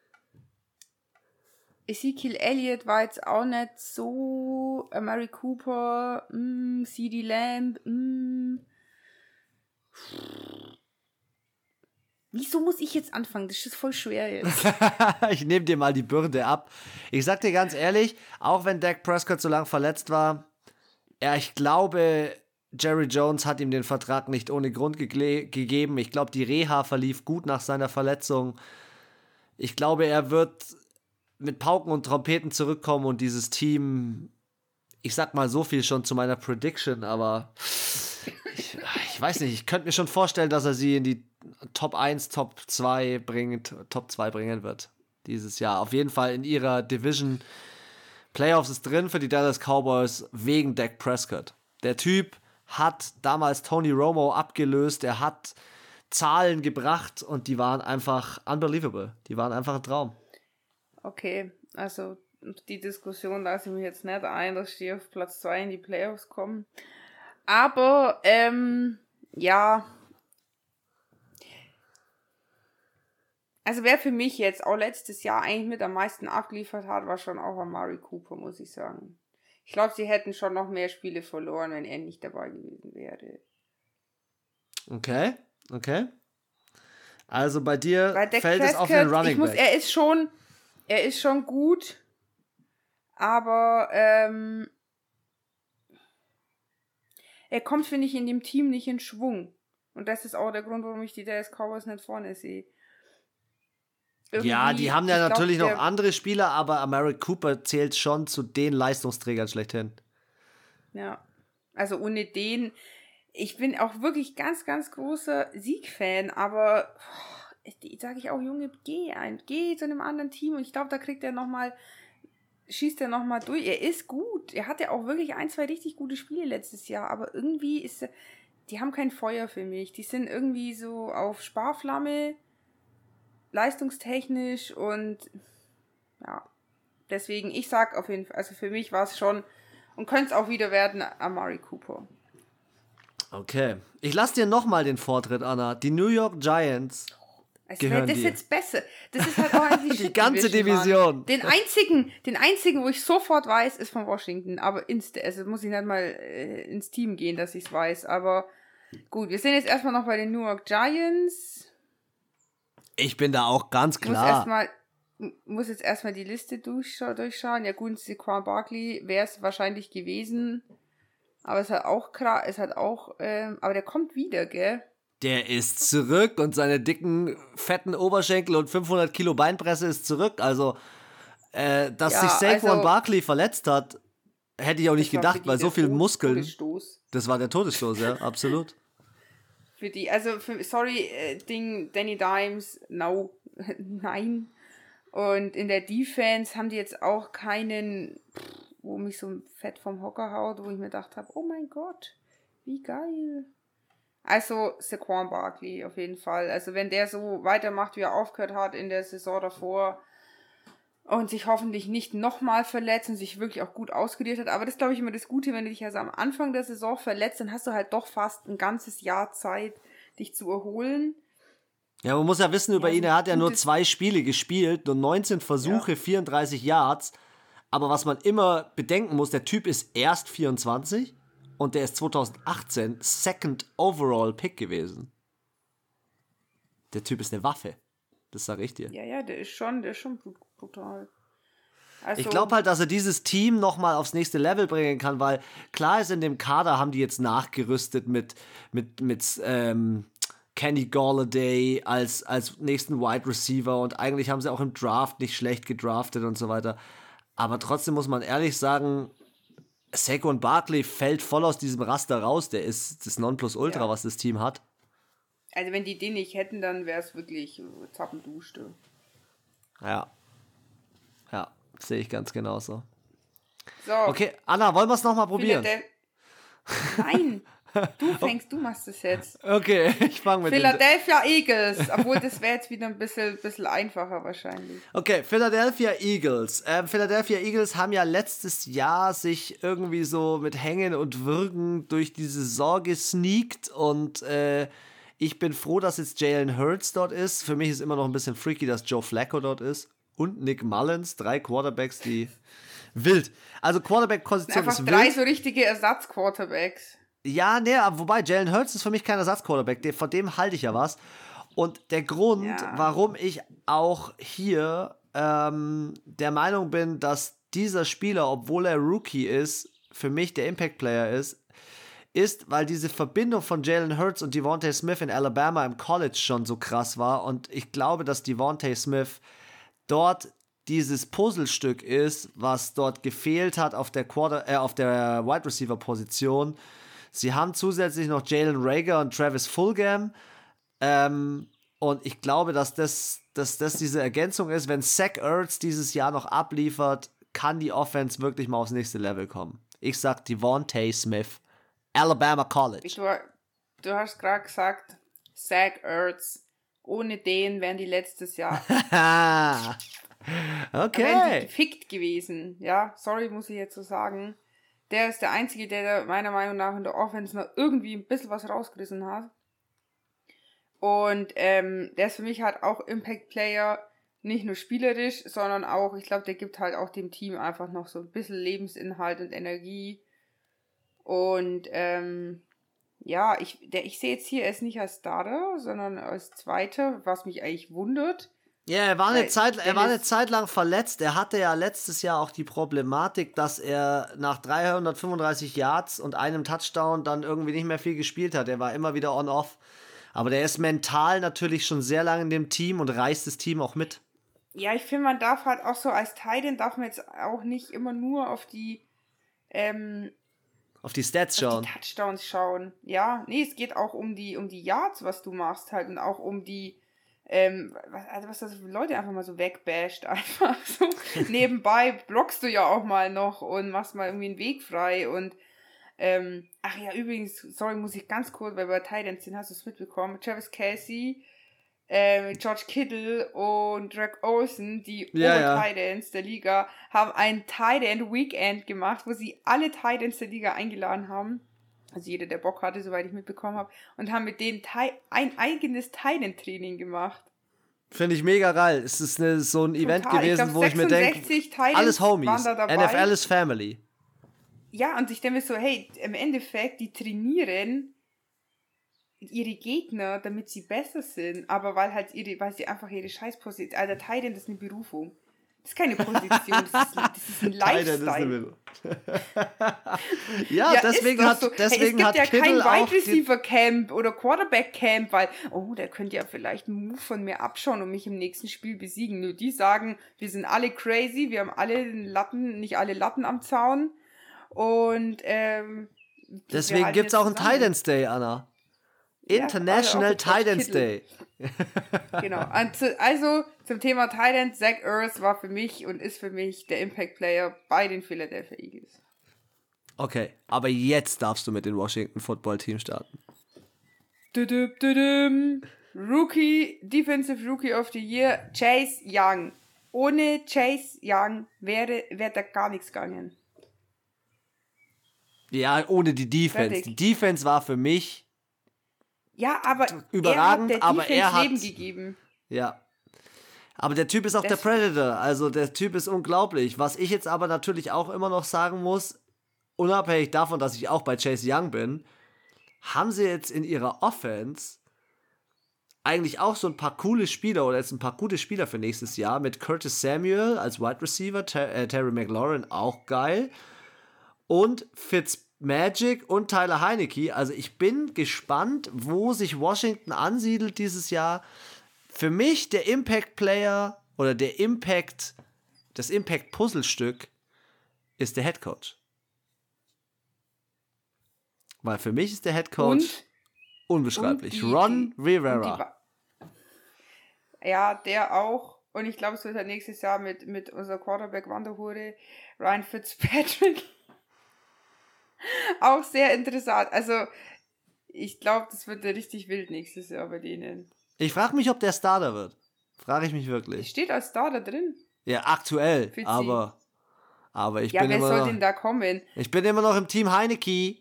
Ezekiel Elliott war jetzt auch nicht so, Amari Cooper, mm, CeeDee Lamb, mm. Wieso muss ich jetzt anfangen? Das ist voll schwer jetzt. Ich nehme dir mal die Bürde ab. Ich sag dir ganz ehrlich, auch wenn Dak Prescott so lange verletzt war, ja, ich glaube, Jerry Jones hat ihm den Vertrag nicht ohne Grund ge- gegeben. Ich glaube, die Reha verlief gut nach seiner Verletzung. Ich glaube, er wird mit Pauken und Trompeten zurückkommen und dieses Team, ich sag mal so viel schon zu meiner Prediction, aber ich, ich weiß nicht, ich könnte mir schon vorstellen, dass er sie in die Top eins, Top zwei bringt, Top zwei bringen wird dieses Jahr. Auf jeden Fall in ihrer Division. Playoffs ist drin für die Dallas Cowboys wegen Dak Prescott. Der Typ hat damals Tony Romo abgelöst, er hat Zahlen gebracht und die waren einfach unbelievable. Die waren einfach ein Traum. Okay, also die Diskussion lasse ich mich jetzt nicht ein, dass die auf Platz zwei in die Playoffs kommen. Aber, ähm, ja, Also wer für mich jetzt auch letztes Jahr eigentlich mit am meisten abgeliefert hat, war schon auch Amari Cooper, muss ich sagen. Ich glaube, sie hätten schon noch mehr Spiele verloren, wenn er nicht dabei gewesen wäre. Okay, okay. Also bei dir Weil Dak fällt es auf Prescott, den Running ich muss, Back. er ist schon, er ist schon gut, aber ähm, er kommt, finde ich, in dem Team nicht in Schwung. Und das ist auch der Grund, warum ich die Dallas Cowboys nicht vorne sehe. Irgendwie, Ja, die haben ja ich natürlich glaub, noch andere Spieler, aber Amari Cooper zählt schon zu den Leistungsträgern schlechthin. Ja, also ohne den, ich bin auch wirklich ganz, ganz großer Sieg-Fan, aber sage ich auch, Junge, geh ein, geh zu einem anderen Team und ich glaube, da kriegt er nochmal, schießt er nochmal durch. Er ist gut, er hatte auch wirklich ein, zwei richtig gute Spiele letztes Jahr, aber irgendwie ist er, die haben kein Feuer für mich, die sind irgendwie so auf Sparflamme, leistungstechnisch und ja, deswegen, ich sag auf jeden Fall, also für mich war es schon und könnte es auch wieder werden, Amari Cooper. Okay. Ich lasse dir nochmal den Vortritt, Anna. Die New York Giants Es gehören das ist dir. jetzt besser. Das ist halt auch eigentlich Die ganze Division. Den einzigen, den einzigen, wo ich sofort weiß, ist von Washington. Aber inst- also muss ich nicht mal äh, ins Team gehen, dass ich es weiß. Aber gut, wir sind jetzt erstmal noch bei den New York Giants. Ich bin da auch ganz Ich muss klar. erstmal muss jetzt erstmal die Liste durchscha- durchschauen. Ja gut, Saquon Barkley wäre es wahrscheinlich gewesen. Aber es hat auch krass, es hat auch, ähm, aber der kommt wieder, gell? Der ist zurück und seine dicken, fetten Oberschenkel und fünfhundert Kilo Beinpresse ist zurück. Also, äh, dass Ja, sich Saquon also- Barkley verletzt hat, hätte ich auch nicht Das war für gedacht, die weil so der viel Tod- Muskeln. Todesstoß. Das war der Todesstoß, ja, absolut. Für die, also, für, sorry, äh, Ding, Danny Dimes, no, nein. Und in der Defense haben die jetzt auch keinen, wo mich so fett vom Hocker haut, wo ich mir gedacht habe, oh mein Gott, wie geil. Also Saquon Barkley auf jeden Fall. Also wenn der so weitermacht, wie er aufgehört hat in der Saison davor und sich hoffentlich nicht nochmal verletzt und sich wirklich auch gut ausgeliert hat. Aber das ist, glaube ich, immer das Gute, wenn du dich also am Anfang der Saison verletzt, dann hast du halt doch fast ein ganzes Jahr Zeit, dich zu erholen. Ja, man muss ja wissen über Ja, so ihn, er hat ja nur gutes- zwei Spiele gespielt, nur neunzehn Versuche, Ja. vierunddreißig Yards. Aber was man immer bedenken muss, der Typ ist erst vierundzwanzig und der ist zweitausendachtzehn Second Overall Pick gewesen. Der Typ ist eine Waffe. Das sage ich dir. Ja, ja, der ist schon, der ist schon brut- brutal. Also, Ich glaube halt, dass er dieses Team nochmal aufs nächste Level bringen kann, weil klar ist, in dem Kader haben die jetzt nachgerüstet mit, mit, mit ähm, Kenny Golladay als, als nächsten Wide Receiver und eigentlich haben sie auch im Draft nicht schlecht gedraftet und so weiter. Aber trotzdem muss man ehrlich sagen, Saquon Barkley fällt voll aus diesem Raster raus. Der ist das Nonplusultra, Ja. was das Team hat. also wenn die den nicht hätten, dann wäre es wirklich äh, Zappenduschte. Ja. Ja, sehe ich ganz genauso. So, Okay, Anna, wollen wir es nochmal probieren? Philadel- Nein, du fängst, du machst es jetzt. Okay, ich fange mit dem... Philadelphia Eagles, obwohl das wäre jetzt wieder ein bisschen, bisschen einfacher wahrscheinlich. Okay, Philadelphia Eagles. Ähm, Philadelphia Eagles haben ja letztes Jahr sich irgendwie so mit Hängen und Würgen durch die Saison gesneakt und äh, ich bin froh, dass jetzt Jalen Hurts dort ist. Für mich ist immer noch ein bisschen freaky, dass Joe Flacco dort ist und Nick Mullins, drei Quarterbacks, die wild. Also Quarterback-Position Einfach ist drei wild. so richtige Ersatzquarterbacks. Ja, nee, aber wobei Jalen Hurts ist für mich kein Ersatzquarterback, der- von dem halte ich ja was. Und der Grund, Ja. warum ich auch hier ähm, der Meinung bin, dass dieser Spieler, obwohl er Rookie ist, für mich der Impact-Player ist, ist, weil diese Verbindung von Jalen Hurts und Devontae Smith in Alabama im College schon so krass war. Und ich glaube, dass Devontae Smith dort dieses Puzzlestück ist, was dort gefehlt hat auf der Quarter, äh, auf der Wide Receiver Position. Sie haben zusätzlich noch Jalen Reagor und Travis Fulgham. Ähm, und ich glaube, dass das, dass das diese Ergänzung ist. Wenn Zach Ertz dieses Jahr noch abliefert, kann die Offense wirklich mal aufs nächste Level kommen. Ich sag Devontae Smith, Alabama College. Du, du hast gerade gesagt, Zach Ertz. Ohne den wären die letztes Jahr wären die Okay. gefickt gewesen. Ja, sorry, muss ich jetzt so sagen. Der ist der Einzige, der da meiner Meinung nach in der Offense noch irgendwie ein bisschen was rausgerissen hat. Und ähm, der ist für mich halt auch Impact-Player, nicht nur spielerisch, sondern auch, ich glaube, der gibt halt auch dem Team einfach noch so ein bisschen Lebensinhalt und Energie. Und ähm, ja, ich, der, ich sehe jetzt hier, er ist nicht als Starter, sondern als Zweiter, was mich eigentlich wundert. Ja, er war, eine Weil Zeit, er war eine Dennis- Zeit lang verletzt. Er hatte ja letztes Jahr auch die Problematik, dass er nach dreihundertfünfunddreißig Yards und einem Touchdown dann irgendwie nicht mehr viel gespielt hat. Er war immer wieder on-off. Aber der ist mental natürlich schon sehr lange in dem Team und reißt das Team auch mit. Ja, ich finde, man darf halt auch so als Titan darf man jetzt auch nicht immer nur auf die, ähm, Auf die Stats auf schauen. die Touchdowns schauen. Ja, nee, es geht auch um die, um die Yards, was du machst halt und auch um die, ähm, was, also was das für Leute einfach mal so wegbasht, einfach so. Nebenbei blockst du ja auch mal noch und machst mal irgendwie einen Weg frei und, ähm, ach ja, übrigens, sorry, muss ich ganz kurz, weil bei Titans sind, hast du es mitbekommen, Travis Kelce, äh, George Kittle und Drake Olsen, die Ja, ja. Ober-Titans der Liga, haben ein Tight-End Weekend gemacht, wo sie alle Titans der Liga eingeladen haben. Also jeder, der Bock hatte, soweit ich mitbekommen habe. Und haben mit denen Ti- ein eigenes Tight-End-Training gemacht. Finde ich mega geil. Es ist eine, so ein Event Total. Ich gewesen, glaub, wo ich mir denke, sechsundsechzig Titans alles Homies. waren da dabei. N F L ist Family. Ja, und ich denke mir so, hey, im Endeffekt, die trainieren ihre Gegner, damit sie besser sind, aber weil halt ihre, weil sie einfach ihre Scheißposition, also Tight End ist eine Berufung. Das ist keine Position, das ist, das ist ein Lifestyle. ja, Ja, deswegen ist doch hat, so. deswegen hey, hat es gibt ja Kittle kein auch Wide Receiver Camp oder Quarterback Camp, weil, oh, der könnte ja vielleicht einen Move von mir abschauen und mich im nächsten Spiel besiegen. Nur die sagen, wir sind alle crazy, wir haben alle den Latten, nicht alle Latten am Zaun und ähm, deswegen gibt es auch einen Titans Day, Anna. International ja, Titans Day. Genau. Also zum Thema Titans, Zach Ertz war für mich und ist für mich der Impact Player bei den Philadelphia Eagles. Okay, aber jetzt darfst du mit dem Washington Football Team starten. Dudum, dudum. Rookie, Defensive Rookie of the Year, Chase Young. Ohne Chase Young wäre, wäre da gar nichts gegangen. Ja, ohne die Defense. Fertig. Die Defense war für mich Ja, aber überragend, er hat der aber Defense er hat Leben gegeben. Ja. Aber der Typ ist auch Das- der Predator. Also der Typ ist unglaublich. Was ich jetzt aber natürlich auch immer noch sagen muss, unabhängig davon, dass ich auch bei Chase Young bin, haben sie jetzt in ihrer Offense eigentlich auch so ein paar coole Spieler oder jetzt ein paar gute Spieler für nächstes Jahr mit Curtis Samuel als Wide Receiver, Ter- äh, Terry McLaurin auch geil und Fitzmagic und Tyler Heineke. Also ich bin gespannt, wo sich Washington ansiedelt dieses Jahr. Für mich der Impact-Player oder der Impact, das Impact-Puzzlestück ist der Headcoach. Weil für mich ist der Headcoach Und unbeschreiblich. und die- Ron die- Rivera. und die Ba- Ja, der auch. Und ich glaube, es wird halt nächstes Jahr mit, mit unserer Quarterback-Wanderhure Ryan Fitzpatrick auch sehr interessant. Also, ich glaube, das wird richtig wild nächstes Jahr bei denen. Ich frage mich, ob der Starter wird. Frage ich mich wirklich. Steht als Starter drin. Ja, aktuell. Fitzi. Aber, aber ich, Ja, bin wer immer soll noch, denn da kommen? ich bin immer noch im Team Heineke.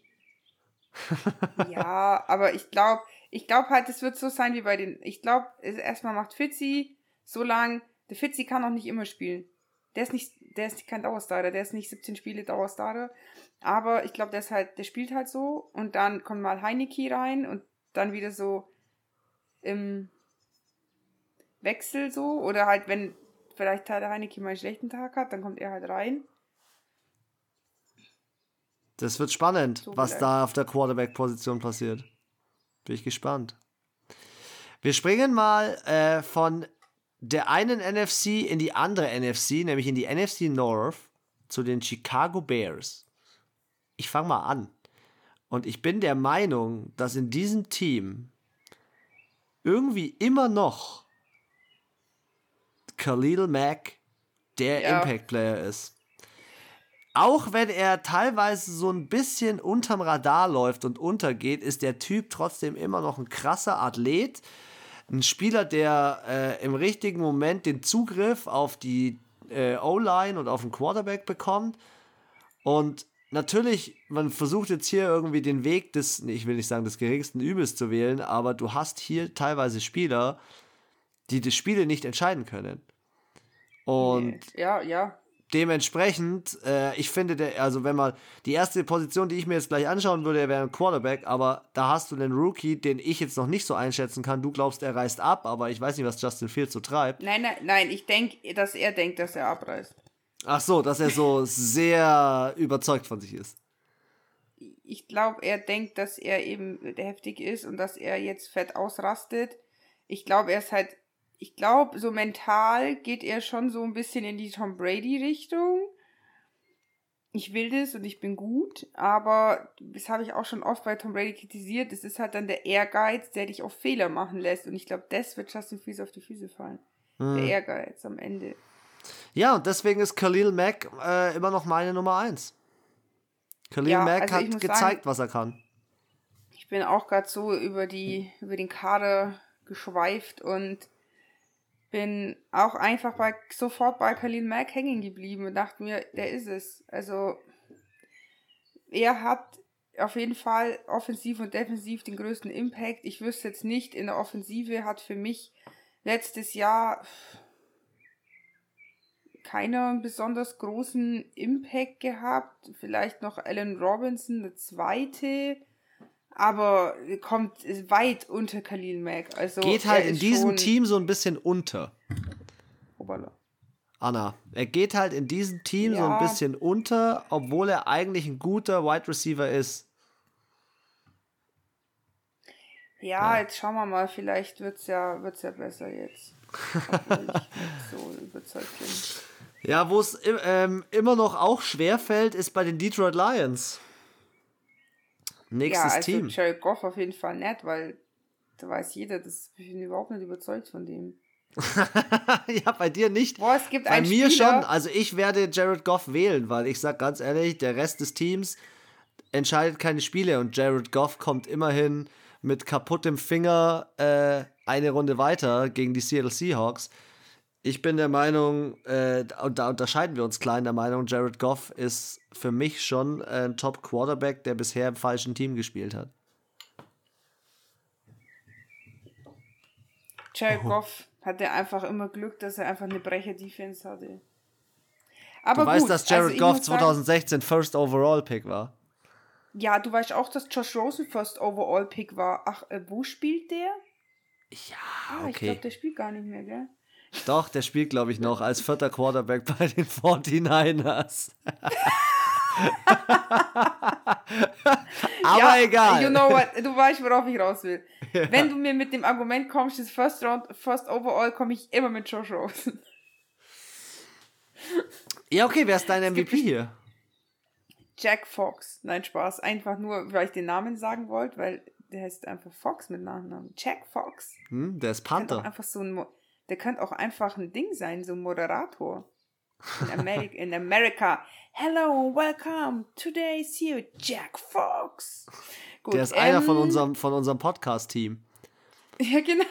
Ja, aber ich glaube, ich glaube halt, es wird so sein wie bei den. Ich glaube, erstmal macht Fitzi so lang. Der Fitzi kann auch nicht immer spielen. Der ist nicht, der ist kein Dauerstarter, der ist nicht siebzehn Spiele Dauerstarter. Aber ich glaube, der ist halt, der spielt halt so und dann kommt mal Heineke rein und dann wieder so im Wechsel so. Oder halt, wenn vielleicht Tyler Heineke mal einen schlechten Tag hat, dann kommt er halt rein. Das wird spannend, So was vielleicht. da auf der Quarterback-Position passiert. Bin ich gespannt. Wir springen mal äh, von der einen N F C in die andere N F C, nämlich in die N F C North zu den Chicago Bears. Ich fange mal an. Und ich bin der Meinung, dass in diesem Team irgendwie immer noch Khalil Mack der Ja. Impact-Player ist. Auch wenn er teilweise so ein bisschen unterm Radar läuft und untergeht, ist der Typ trotzdem immer noch ein krasser Athlet. Ein Spieler, der äh, im richtigen Moment den Zugriff auf die äh, O-Line und auf den Quarterback bekommt. Und natürlich, man versucht jetzt hier irgendwie den Weg des, nee, ich will nicht sagen des geringsten Übels zu wählen, aber du hast hier teilweise Spieler, die die Spiele nicht entscheiden können. Und ja, ja. dementsprechend, äh, ich finde, der, also wenn man, die erste Position, die ich mir jetzt gleich anschauen würde, wäre ein Quarterback, aber da hast du einen Rookie, den ich jetzt noch nicht so einschätzen kann. Du glaubst, er reißt ab, aber ich weiß nicht, was Justin Fields so treibt. Nein, nein, nein, ich denke, dass er denkt, dass er abreißt. Ach so, dass er so sehr überzeugt von sich ist. Ich glaube, er denkt, dass er eben heftig ist und dass er jetzt fett ausrastet. Ich glaube, er ist halt, ich glaube, so mental geht er schon so ein bisschen in die Tom Brady-Richtung. Ich will das und ich bin gut, aber das habe ich auch schon oft bei Tom Brady kritisiert. Das ist halt dann der Ehrgeiz, der dich auf Fehler machen lässt. Und ich glaube, das wird Justin Fields auf die Füße fallen. Hm. Der Ehrgeiz am Ende. Ja, und deswegen ist Khalil Mack äh, immer noch meine Nummer eins. Khalil ja, Mack also hat gezeigt, sagen, was er kann. Ich bin auch gerade so über die über den Kader geschweift und bin auch einfach bei, sofort bei Khalil Mack hängen geblieben und dachte mir, der ist es. Also er hat auf jeden Fall offensiv und defensiv den größten Impact. Ich wüsste jetzt nicht, in der Offensive hat für mich letztes Jahr keiner besonders großen Impact gehabt. Vielleicht noch Allen Robinson, der zweite, aber kommt weit unter Khalil Mack. Also geht halt in diesem Team so ein bisschen unter. Obala. Anna, er geht halt in diesem Team ja. so ein bisschen unter, obwohl er eigentlich ein guter Wide Receiver ist. Ja, ja. Jetzt schauen wir mal, vielleicht wird es ja, wird's ja besser jetzt. Obwohl ich so überzeugt bin. Ja, wo es ähm, immer noch auch schwerfällt, ist bei den Detroit Lions. Nächstes ja, also Team. Jared Goff auf jeden Fall nicht, weil da weiß jeder, dass ich bin überhaupt nicht überzeugt von dem. Ja, bei dir nicht. Boah, es gibt bei einen mir Spieler, schon. Also ich werde Jared Goff wählen, weil ich sag ganz ehrlich, der Rest des Teams entscheidet keine Spiele und Jared Goff kommt immerhin mit kaputtem Finger äh, eine Runde weiter gegen die Seattle Seahawks. Ich bin der Meinung, äh, und da unterscheiden wir uns klar in der Meinung, Jared Goff ist für mich schon ein Top-Quarterback, der bisher im falschen Team gespielt hat. Jared oh. Goff hatte einfach immer Glück, dass er einfach eine Brecher-Defense hatte. Aber du gut, weißt, dass Jared also Goff zwanzig sechzehn sagen, First Overall Pick war. Ja, du weißt auch, dass Josh Rosen First Overall Pick war. Ach, äh, wo spielt der? Ja, ah, okay. Ich glaube, der spielt gar nicht mehr, gell? Doch, der spielt, glaube ich, noch als vierter Quarterback bei den forty-niners. Aber ja, egal. You know what? Du weißt, worauf ich raus will. Ja. Wenn du mir mit dem Argument kommst, das First Round, First Overall, komme ich immer mit Josh Rosen. Ja, okay, wer ist dein M V P hier? Jack Fox. Nein, Spaß. Einfach nur, weil ich den Namen sagen wollte, weil der heißt einfach Fox mit Nachnamen. Jack Fox. Hm, der ist Panther. Der, einfach so ein, der könnte auch einfach ein Ding sein, so ein Moderator. In, Ameri- in America. Hello and welcome. Today is here Jack Fox. Gut, der ist ähm, einer von unserem, von unserem Podcast-Team. Ja, genau.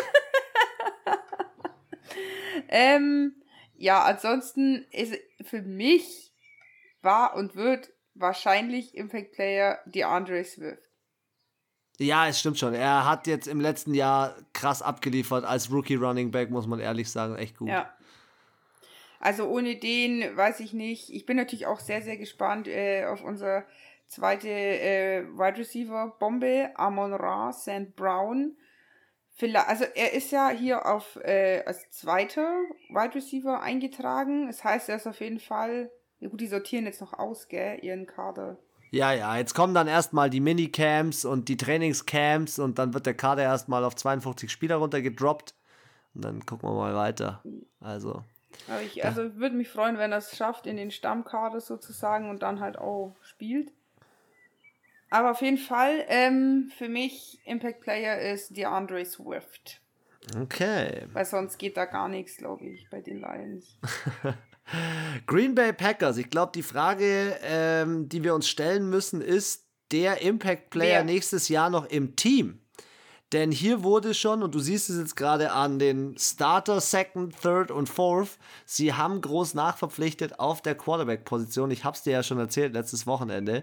ähm, ja, ansonsten ist für mich war und wird wahrscheinlich Impact Player DeAndre Swift. Ja, es stimmt schon. Er hat jetzt im letzten Jahr krass abgeliefert. Als Rookie Running Back, muss man ehrlich sagen, echt gut. Ja. Also ohne den weiß ich nicht. Ich bin natürlich auch sehr, sehr gespannt äh, auf unsere zweite äh, Wide Receiver Bombe, Amon-Ra Saint Brown. Vielleicht, also er ist ja hier auf äh, als zweiter Wide Receiver eingetragen. Das heißt, er ist auf jeden Fall, ja gut, die sortieren jetzt noch aus, gell, ihren Kader. Ja, ja, jetzt kommen dann erstmal die Minicamps und die Trainingscamps und dann wird der Kader erstmal auf zweiundfünfzig Spieler runtergedroppt und dann gucken wir mal weiter. Also, Aber ich, also würde mich freuen, wenn er es schafft in den Stammkader sozusagen und dann halt auch spielt. Aber auf jeden Fall, ähm, für mich Impact Player ist DeAndre Swift. Okay. Weil sonst geht da gar nichts, glaube ich, bei den Lions. Green Bay Packers. Ich glaube, die Frage, ähm, die wir uns stellen müssen, ist der Impact Player Wer? nächstes Jahr noch im Team? Denn hier wurde schon, und du siehst es jetzt gerade an den Starter, Second, Third und Fourth, sie haben groß nachverpflichtet auf der Quarterback-Position. Ich habe es dir ja schon erzählt, letztes Wochenende.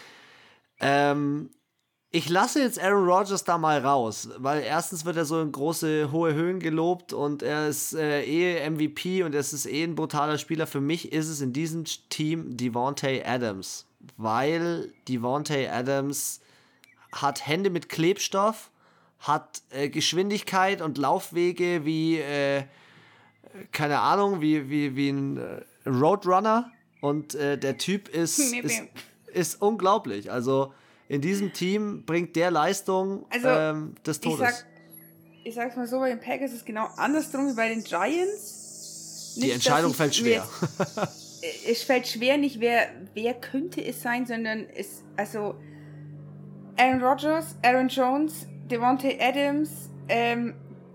Ähm, ich lasse jetzt Aaron Rodgers da mal raus, weil erstens wird er so in große, hohe Höhen gelobt und er ist äh, eh M V P und es ist eh ein brutaler Spieler. Für mich ist es in diesem Team Devontae Adams, weil Devontae Adams hat Hände mit Klebstoff, hat äh, Geschwindigkeit und Laufwege wie, äh, keine Ahnung, wie, wie, wie ein äh, Roadrunner und äh, der Typ ist, ist, ist unglaublich. Also in diesem Team bringt der Leistung also, ähm, des Todes. Ich, sag, ich sag's mal so, bei den Packers ist es genau andersrum wie bei den Giants. Nicht, die Entscheidung fällt schwer. Jetzt, es fällt schwer nicht, wer, wer könnte es sein, sondern es, also Aaron Rodgers, Aaron Jones, Devontae Adams, ähm,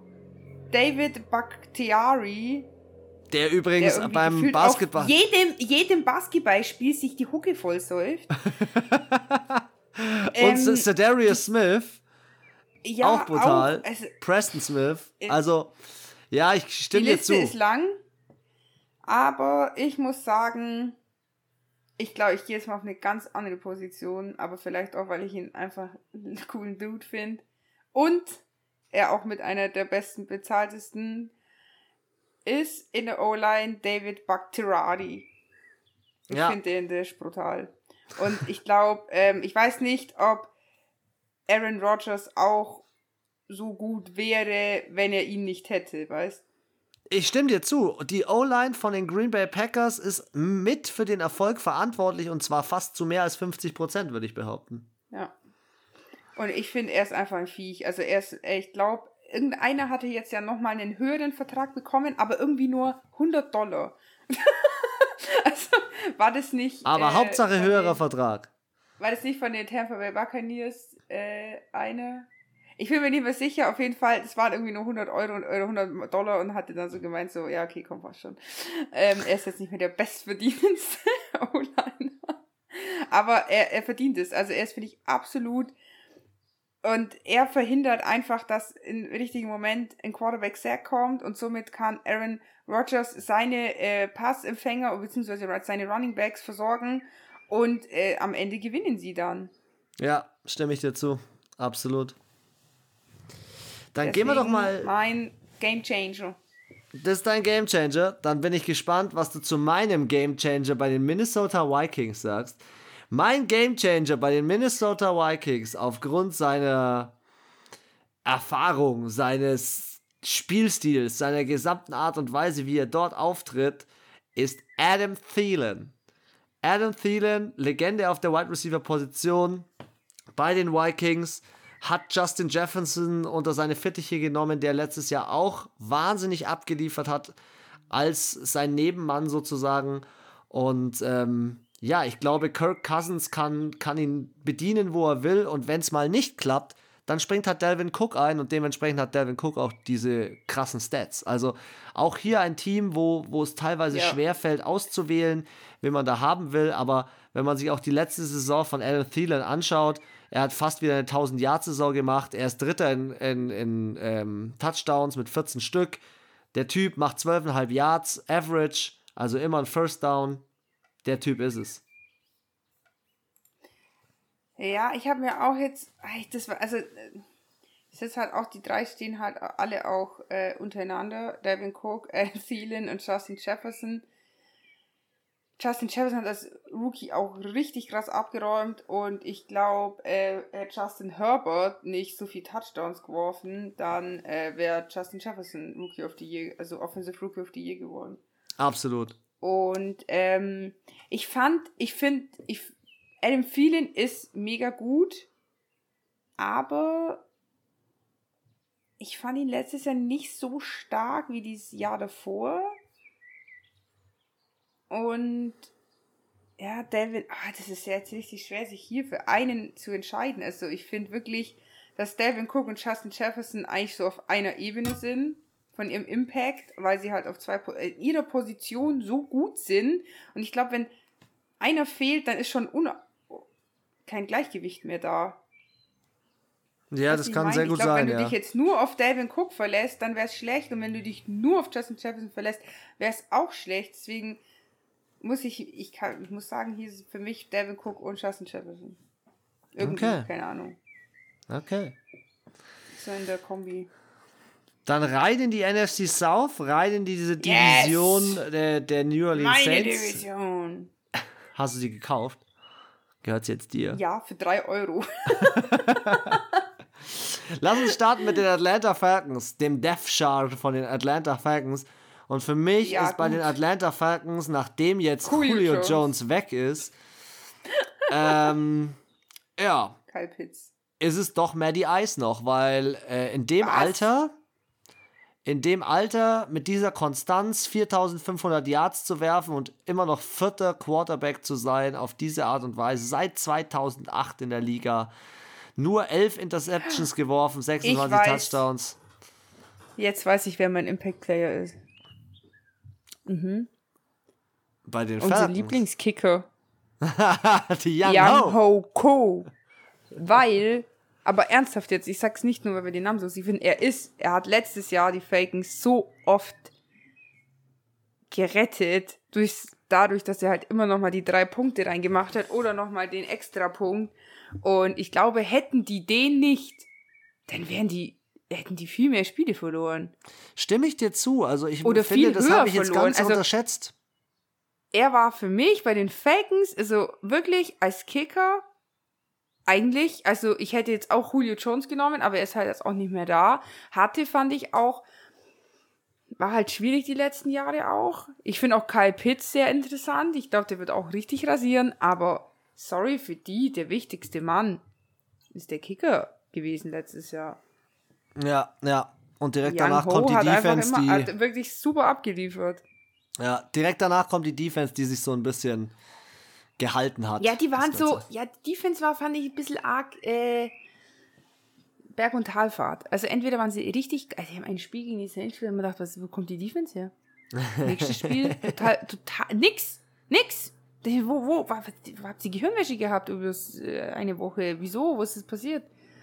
David Bakhtiari, der übrigens der beim Basketball auf jedem, jedem Basketballspiel sich die Hucke voll säuft. Und ähm, Za'Darius Smith, ja, auch brutal. Auch, also, Preston Smith, also ja, ich stimme dir zu. Die Liste ist lang, aber ich muss sagen, ich glaube, ich gehe jetzt mal auf eine ganz andere Position, aber vielleicht auch, weil ich ihn einfach einen coolen Dude finde. Und er auch mit einer der besten bezahltesten ist in der O-Line David Bakhtiari. Ich ja. finde den, der ist brutal. Und ich glaube, ähm, ich weiß nicht, ob Aaron Rodgers auch so gut wäre, wenn er ihn nicht hätte, weißt? Ich stimme dir zu. Die O-Line von den Green Bay Packers ist mit für den Erfolg verantwortlich und zwar fast zu mehr als fünfzig Prozent, würde ich behaupten. Ja. Und ich finde, er ist einfach ein Viech. Also er ist, ich glaube, irgendeiner hatte jetzt ja nochmal einen höheren Vertrag bekommen, aber irgendwie nur hundert Dollar. Also war das nicht... Aber äh, Hauptsache höherer den, Vertrag. War das nicht von den Tampa Bay Buccaneers äh, eine... Ich bin mir nicht mehr sicher, auf jeden Fall, das waren irgendwie nur hundert Euro oder hundert Dollar und hatte dann so gemeint, so, ja, okay, komm, was schon. Ähm, er ist jetzt nicht mehr der bestverdienendste O-Liner. Aber er, er verdient es. Also er ist, finde ich, absolut... Und er verhindert einfach, dass im richtigen Moment ein Quarterback-Sack kommt und somit kann Aaron Rodgers seine äh, Passempfänger bzw. seine Running Backs versorgen und äh, am Ende gewinnen sie dann. Ja, stimme ich dir zu. Absolut. Dann Deswegen gehen wir doch mal... mein Game Changer. Das ist dein Game Changer. Dann bin ich gespannt, was du zu meinem Game Changer bei den Minnesota Vikings sagst. Mein Gamechanger bei den Minnesota Vikings aufgrund seiner Erfahrung, seines Spielstils, seiner gesamten Art und Weise, wie er dort auftritt, ist Adam Thielen. Adam Thielen, Legende auf der Wide Receiver Position bei den Vikings, hat Justin Jefferson unter seine Fittiche genommen, der letztes Jahr auch wahnsinnig abgeliefert hat als sein Nebenmann sozusagen. Und ähm, ja, ich glaube, Kirk Cousins kann, kann ihn bedienen, wo er will. Und wenn es mal nicht klappt, dann springt halt Dalvin Cook ein und dementsprechend hat Dalvin Cook auch diese krassen Stats. Also auch hier ein Team, wo, wo es teilweise Ja. schwerfällt auszuwählen, wen man da haben will. Aber wenn man sich auch die letzte Saison von Adam Thielen anschaut, er hat fast wieder eine tausend-Yard-Saison gemacht. Er ist Dritter in, in, in ähm, Touchdowns mit vierzehn Stück. Der Typ macht zwölf Komma fünf Yards, Average, also immer ein First Down. Der Typ ist es. Ja, ich habe mir auch jetzt, das war, also, es ist halt auch, die drei stehen halt alle auch äh, untereinander, Dalvin Cook, äh, Thielen und Justin Jefferson. Justin Jefferson hat als Rookie auch richtig krass abgeräumt und ich glaube, äh, hätte Justin Herbert nicht so viel Touchdowns geworfen, dann äh, wäre Justin Jefferson Rookie of the Year, also Offensive Rookie of the Year geworden. Absolut. Und ähm, ich fand, ich finde, ich, Adam Thielen ist mega gut, aber ich fand ihn letztes Jahr nicht so stark wie dieses Jahr davor. Und ja, Dalvin, ah, das ist ja jetzt richtig schwer, sich hier für einen zu entscheiden. Also ich finde wirklich, dass Dalvin Cook und Justin Jefferson eigentlich so auf einer Ebene sind von ihrem Impact, weil sie halt auf zwei in ihrer Position so gut sind. Und ich glaube, wenn einer fehlt, dann ist schon un- kein Gleichgewicht mehr da. Ja, Was das ich kann meine? sehr Ich gut glaube, sein, wenn du ja. dich jetzt nur auf Dalvin Cook verlässt, dann wäre es schlecht. Und wenn du dich nur auf Justin Jefferson verlässt, wäre es auch schlecht. Deswegen muss ich, ich kann, ich muss sagen, hier ist für mich Dalvin Cook und Justin Jefferson. Irgendwie, Okay. keine Ahnung. Okay. So in der Kombi. Dann rein in die N F C South, rein in diese Yes! Division der, der New Orleans Meine Saints. Division. Hast du sie gekauft? Gehört sie jetzt dir? Ja, für drei Euro. Lass uns starten mit den Atlanta Falcons, dem Death Chart von den Atlanta Falcons. Und für mich Ja, ist bei gut. den Atlanta Falcons, nachdem jetzt Julio Julio Jones. Jones weg ist, ähm, ja, Kyle Pitts. ist es doch Matty Ice noch, weil äh, in dem Was? Alter, in dem Alter mit dieser Konstanz viertausendfünfhundert Yards zu werfen und immer noch vierter Quarterback zu sein, auf diese Art und Weise, seit zweitausendacht in der Liga, nur elf Interceptions geworfen, sechsundzwanzig Ich weiß. Touchdowns. Jetzt weiß ich, wer mein Impact-Player ist. Bei den Unser Falcons. Lieblingskicker. Die Young, Young Ho. Ho Ko. Weil, aber ernsthaft jetzt, ich sag's nicht nur, weil wir den Namen so sie finden, er ist, er hat letztes Jahr die Falcons so oft gerettet, durch, dadurch, dass er halt immer noch mal die drei Punkte reingemacht hat oder noch mal den Extrapunkt. Und ich glaube, hätten die den nicht, dann wären die, hätten die viel mehr Spiele verloren. Stimme ich dir zu. Also ich Oder finde, viel das höher habe ich jetzt verloren. ganz Also- unterschätzt. Er war für mich bei den Falcons, also wirklich als Kicker, eigentlich, also ich hätte jetzt auch Julio Jones genommen, aber er ist halt jetzt auch nicht mehr da. Hatte, fand ich auch, war halt schwierig die letzten Jahre auch. Ich finde auch Kyle Pitts sehr interessant. Ich glaube, der wird auch richtig rasieren, aber sorry für die, der wichtigste Mann ist der Kicker gewesen letztes Jahr. Ja, ja. Und direkt Young danach Ho kommt die hat einfach Defense, immer, die... hat wirklich super abgeliefert. Ja, direkt danach kommt die Defense, die sich so ein bisschen gehalten hat. Ja, die waren das so, Ganze. ja, die Defense war, fand ich, ein bisschen arg äh, Berg- und Talfahrt. Also entweder waren sie richtig, also ich habe ein Spiel gegen die Saints gespielt und mir gedacht, was, wo kommt die Defense her? Nächstes Spiel, total, total, nix, nix. Wo, wo, war, wo habt ihr Gehirnwäsche gehabt über das, äh, eine Woche? Wieso? Was ist passiert?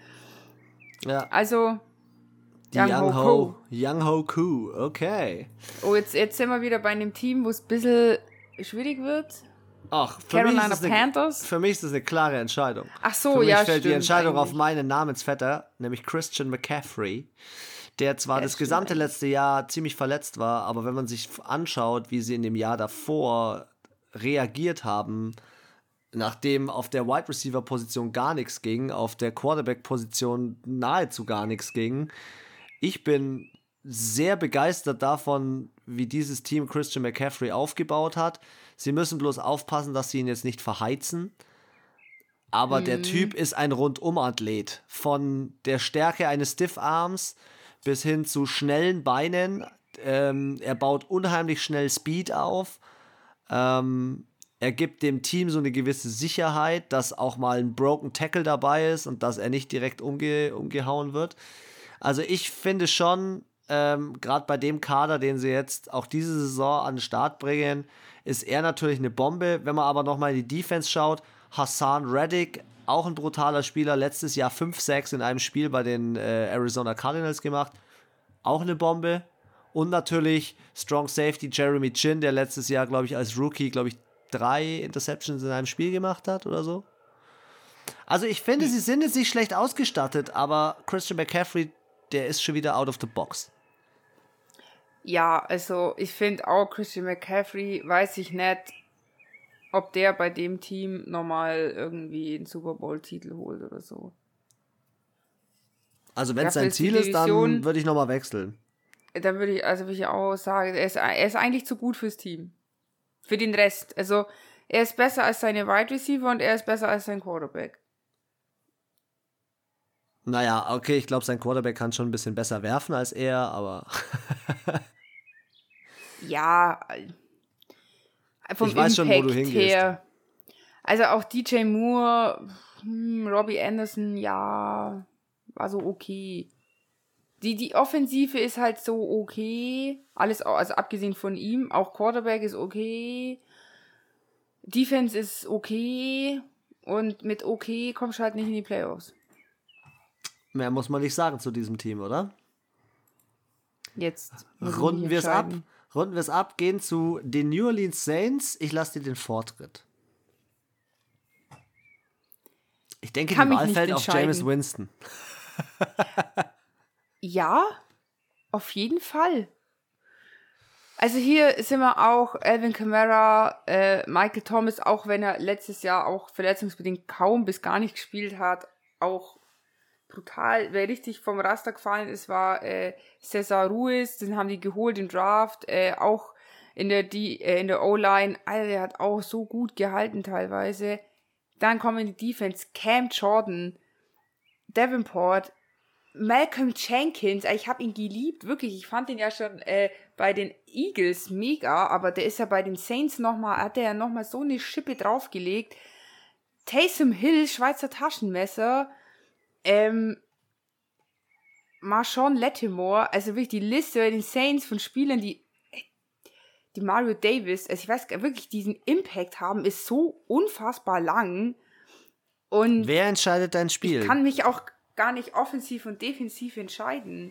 Ja, Also, die Young Young Ho Ho. Ko. Young Ho Koo, okay. Oh, jetzt, jetzt sind wir wieder bei einem Team, wo es ein bisschen schwierig wird. Ach, für mich, Carolina ist es eine, Panthers. für mich ist das eine klare Entscheidung. Ach so, Für mich ja, fällt stimmt. die Entscheidung auf eigentlich. meinen Namensvetter, nämlich Christian McCaffrey, der zwar Ja, das stimmt gesamte eigentlich. letzte Jahr ziemlich verletzt war, aber wenn man sich anschaut, wie sie in dem Jahr davor reagiert haben, nachdem auf der Wide Receiver Position gar nichts ging, auf der Quarterback Position nahezu gar nichts ging. Ich bin sehr begeistert davon, wie dieses Team Christian McCaffrey aufgebaut hat. Sie müssen bloß aufpassen, dass sie ihn jetzt nicht verheizen. Aber der Typ ist ein Rundum-Athlet. Von der Stärke eines Stiffarms bis hin zu schnellen Beinen. Ähm, er baut unheimlich schnell Speed auf. Ähm, er gibt dem Team so eine gewisse Sicherheit, dass auch mal ein Broken Tackle dabei ist und dass er nicht direkt umge umgehauen wird. Also ich finde schon, ähm, gerade bei dem Kader, den sie jetzt auch diese Saison an den Start bringen, ist er natürlich eine Bombe. Wenn man aber nochmal in die Defense schaut, Hassan Reddick, auch ein brutaler Spieler, letztes Jahr fünf Sacks in einem Spiel bei den äh, Arizona Cardinals gemacht, auch eine Bombe. Und natürlich Strong Safety Jeremy Chin, der letztes Jahr, glaube ich, als Rookie, glaube ich, drei Interceptions in einem Spiel gemacht hat oder so. Also ich finde, sie sind jetzt nicht schlecht ausgestattet, aber Christian McCaffrey, der ist schon wieder out of the box. Ja, also ich finde auch Christian McCaffrey, weiß ich nicht, ob der bei dem Team nochmal irgendwie einen Super Bowl-Titel holt oder so. Also wenn es Dafür sein ist die Ziel ist, dann Division- würde ich nochmal wechseln. Da würde ich, also würde ich auch sagen, er ist, er ist eigentlich zu gut fürs Team. Für den Rest. Also er ist besser als seine Wide Receiver und er ist besser als sein Quarterback. Naja, okay, ich glaube, sein Quarterback kann schon ein bisschen besser werfen als er, aber Ja, vom Ich weiß schon, wo Impact du hingehst. her. Also auch D J Moore, hm, Robbie Anderson, ja, war so okay. Die, die Offensive ist halt so okay. Alles, au- also abgesehen von ihm, auch Quarterback ist okay. Defense ist okay. Und mit okay kommst du halt nicht in die Playoffs. Mehr muss man nicht sagen zu diesem Team, oder? Jetzt runden wir es ab. Runden wir es ab, gehen zu den New Orleans Saints. Ich lasse dir den Vortritt. Ich denke, Kann die Wahl fällt auf Jameis Winston. Ja, auf jeden Fall. Also hier sind wir auch Alvin Kamara, äh, Michael Thomas, auch wenn er letztes Jahr auch verletzungsbedingt kaum bis gar nicht gespielt hat, auch brutal. Wer richtig vom Raster gefallen ist, war äh, Cesar Ruiz, den haben die geholt im Draft, äh, auch in der, die, äh, in der O-Line, Alter, der hat auch so gut gehalten teilweise. Dann kommen die Defense, Cam Jordan, Davenport, Malcolm Jenkins, ich habe ihn geliebt, wirklich, ich fand ihn ja schon äh, bei den Eagles mega, aber der ist ja bei den Saints nochmal, hat der ja nochmal so eine Schippe draufgelegt. Taysom Hill, Schweizer Taschenmesser, ähm, Marshawn Lattimore, also wirklich die Liste bei den Saints von Spielern, die die Mario Davis, also ich weiß wirklich, diesen Impact haben, ist so unfassbar lang. Und wer entscheidet dein Spiel? Ich kann mich auch gar nicht offensiv und defensiv entscheiden.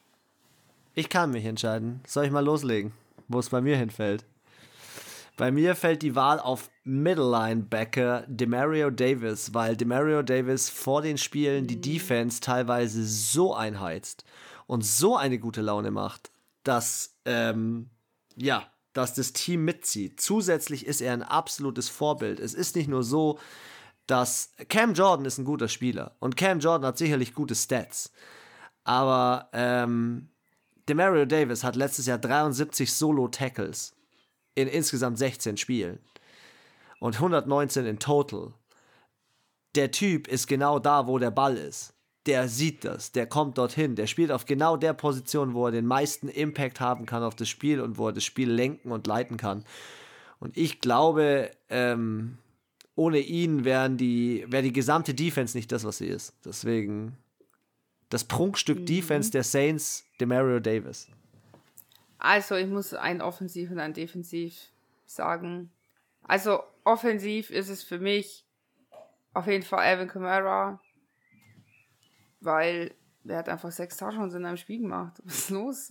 Ich kann mich entscheiden. Soll ich mal loslegen, wo es bei mir hinfällt? Bei mir fällt die Wahl auf Middle Linebacker Demario Davis, weil Demario Davis vor den Spielen die Defense teilweise so einheizt und so eine gute Laune macht, dass, ähm, ja, dass das Team mitzieht. Zusätzlich ist er ein absolutes Vorbild. Es ist nicht nur so, dass Cam Jordan ist ein guter Spieler und Cam Jordan hat sicherlich gute Stats, aber ähm, Demario Davis hat letztes Jahr dreiundsiebzig Solo-Tackles in insgesamt sechzehn Spielen und hundertneunzehn in total. Der Typ ist genau da, wo der Ball ist. Der sieht das, der kommt dorthin, der spielt auf genau der Position, wo er den meisten Impact haben kann auf das Spiel und wo er das Spiel lenken und leiten kann. Und ich glaube, ähm, ohne ihn wären die, wäre die gesamte Defense nicht das, was sie ist. Deswegen das Prunkstück mhm. Defense der Saints, Demario Davis. Also ich muss ein Offensiv und ein Defensiv sagen. Also offensiv ist es für mich auf jeden Fall Alvin Kamara, weil er hat einfach sechs Touchdowns in einem Spiel gemacht. Was ist los?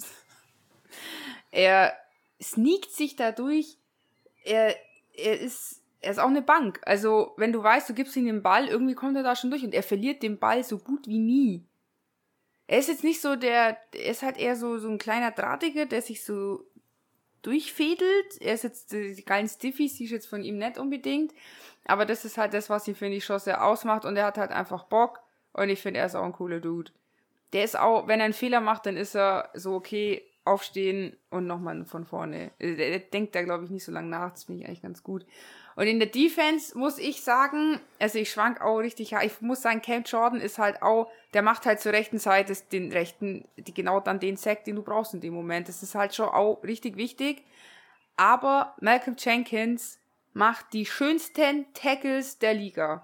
Er sneakt sich dadurch. Er, er ist Er ist auch eine Bank. Also, wenn du weißt, du gibst ihm den Ball, irgendwie kommt er da schon durch und er verliert den Ball so gut wie nie. Er ist jetzt nicht so der, er ist halt eher so, so ein kleiner Drahtiger, der sich so durchfädelt. Er ist jetzt, die geilen Stiffies, die ist jetzt von ihm nicht unbedingt. Aber das ist halt das, was ihn, finde ich, schon sehr ausmacht und er hat halt einfach Bock und ich finde, er ist auch ein cooler Dude. Der ist auch, wenn er einen Fehler macht, dann ist er so, okay, aufstehen und nochmal von vorne. Der, der denkt da, glaube ich, nicht so lange nach. Das finde ich eigentlich ganz gut. Und in der Defense muss ich sagen, also ich schwank auch richtig, ja, ich muss sagen, Cam Jordan ist halt auch, der macht halt zur rechten Seite den rechten, die genau dann den Sack, den du brauchst in dem Moment. Das ist halt schon auch richtig wichtig. Aber Malcolm Jenkins macht die schönsten Tackles der Liga.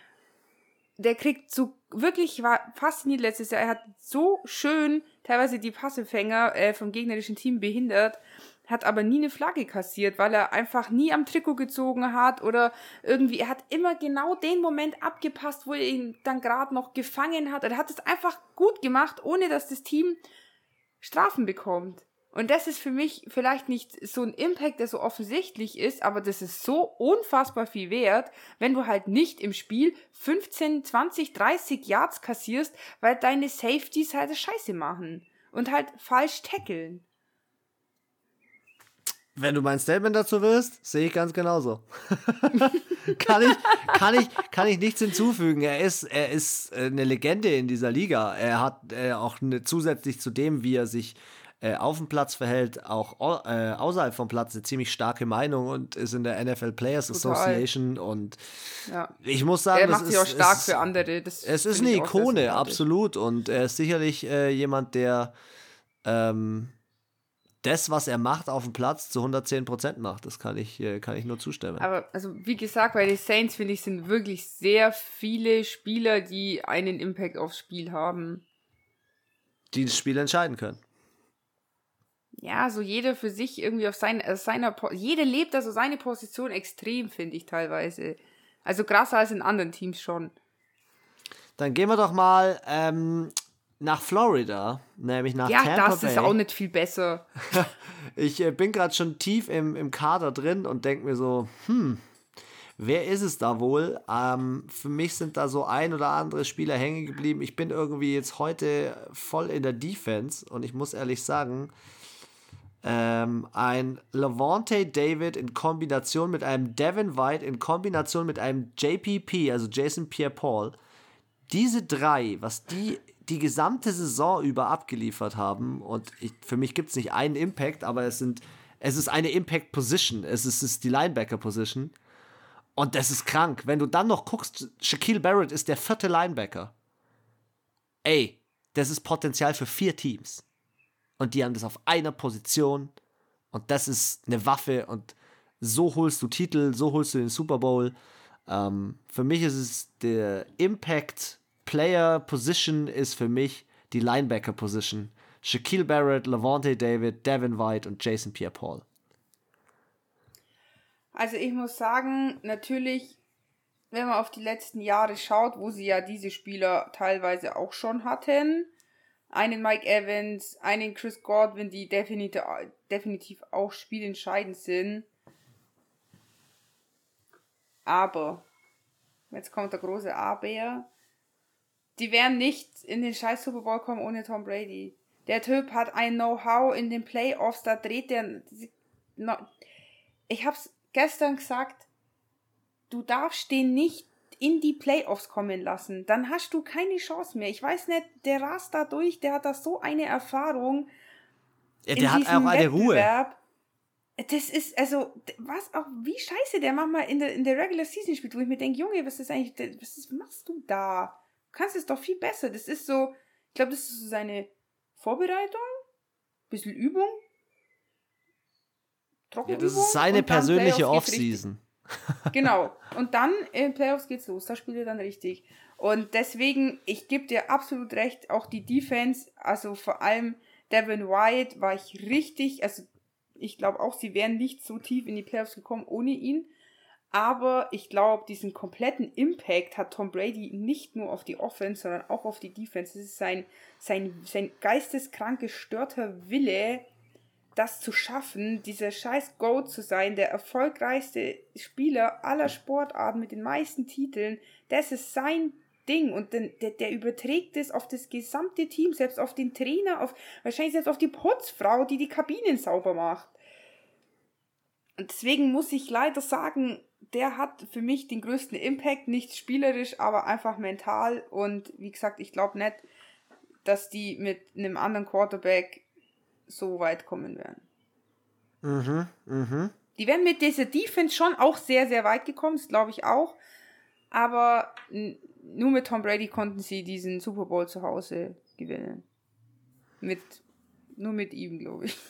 Der kriegt so wirklich, war fasziniert letztes Jahr, er hat so schön teilweise die Passempfänger äh, vom gegnerischen Team behindert, hat aber nie eine Flagge kassiert, weil er einfach nie am Trikot gezogen hat oder irgendwie, er hat immer genau den Moment abgepasst, wo er ihn dann gerade noch gefangen hat. Er hat es einfach gut gemacht, ohne dass das Team Strafen bekommt. Und das ist für mich vielleicht nicht so ein Impact, der so offensichtlich ist, aber das ist so unfassbar viel wert, wenn du halt nicht im Spiel fünfzehn, zwanzig, dreißig Yards kassierst, weil deine Safeties halt Scheiße machen und halt falsch tackeln. Wenn du mein Statement dazu willst, sehe ich ganz genauso. kann, ich, kann, ich, kann ich nichts hinzufügen. Er ist, er ist eine Legende in dieser Liga. Er hat äh, auch eine, zusätzlich zu dem, wie er sich äh, auf dem Platz verhält, auch äh, außerhalb vom Platz eine ziemlich starke Meinung und ist in der N F L Players Total. Association. Und ja. ich muss sagen, er macht es sich ist, auch stark es, für andere. Das es ist eine Ikone, absolut. Und er ist sicherlich äh, jemand, der ähm, das, was er macht auf dem Platz, zu hundertzehn Prozent macht. Das kann ich, kann ich nur zustimmen. Aber also wie gesagt, bei den Saints, finde ich, sind wirklich sehr viele Spieler, die einen Impact aufs Spiel haben. Die das Spiel entscheiden können. Ja, so jeder für sich irgendwie auf sein, äh, seiner, po- jeder lebt also seine Position extrem, finde ich teilweise. Also krasser als in anderen Teams schon. Dann gehen wir doch mal ähm, nach Florida, nämlich nach ja, Tampa Bay. Ja, das ist auch nicht viel besser. Ich äh, bin gerade schon tief im, im Kader drin und denke mir so, hm, wer ist es da wohl? Ähm, für mich sind da so ein oder andere Spieler hängen geblieben. Ich bin irgendwie jetzt heute voll in der Defense und ich muss ehrlich sagen, ähm, ein Lavonte David in Kombination mit einem Devin White in Kombination mit einem J P P, also Jason Pierre-Paul, diese drei, was die die gesamte Saison über abgeliefert haben, und ich, für mich gibt es nicht einen Impact, aber es sind es ist eine Impact-Position, es ist, es ist die Linebacker-Position, und das ist krank. Wenn du dann noch guckst, Shaquille Barrett ist der vierte Linebacker. Ey, das ist Potenzial für vier Teams. Und die haben das auf einer Position, und das ist eine Waffe, und so holst du Titel, so holst du den Super Bowl. Ähm, für mich ist es der Impact Player Position ist für mich die Linebacker Position. Shaquille Barrett, Lavonte David, Devin White und Jason Pierre-Paul. Also ich muss sagen, natürlich, wenn man auf die letzten Jahre schaut, wo sie ja diese Spieler teilweise auch schon hatten, einen Mike Evans, einen Chris Godwin, die definitiv, definitiv auch spielentscheidend sind. Aber, jetzt kommt der große Aber, die werden nicht in den scheiß Super Bowl kommen ohne Tom Brady. Der Typ hat ein Know-how in den Playoffs, da dreht der... Ich hab's gestern gesagt, du darfst den nicht in die Playoffs kommen lassen. Dann hast du keine Chance mehr. Ich weiß nicht, der rast da durch, der hat da so eine Erfahrung. Ja, der hat auch eine Ruhe. Das ist, also, was auch, wie scheiße der manchmal in der, in der Regular Season spielt, wo ich mir denke, Junge, was ist eigentlich, was ist, machst du da? Du kannst es doch viel besser. Das ist so, ich glaube, das ist so seine Vorbereitung, bisschen Übung, Trockenübung. Ja, das ist seine persönliche Offseason. Genau. Und dann in Playoffs geht's los. Da spielt er dann richtig. Und deswegen, ich gebe dir absolut recht, auch die Defense, also vor allem Devin White war ich richtig, also ich glaube auch, sie wären nicht so tief in die Playoffs gekommen ohne ihn. Aber ich glaube, diesen kompletten Impact hat Tom Brady nicht nur auf die Offense, sondern auch auf die Defense. Das ist sein, sein, sein geisteskrank gestörter Wille, das zu schaffen, dieser scheiß Goat zu sein, der erfolgreichste Spieler aller Sportarten mit den meisten Titeln. Das ist sein Ding, und der, der, der überträgt es auf das gesamte Team, selbst auf den Trainer, auf wahrscheinlich selbst auf die Putzfrau, die die Kabinen sauber macht. Und deswegen muss ich leider sagen, der hat für mich den größten Impact, nicht spielerisch, aber einfach mental. Und wie gesagt, ich glaube nicht, dass die mit einem anderen Quarterback so weit kommen werden. Mhm, mhm. Die werden mit dieser Defense schon auch sehr, sehr weit gekommen, das glaube ich auch. Aber n- nur mit Tom Brady konnten sie diesen Super Bowl zu Hause gewinnen. Mit, nur mit ihm, glaube ich.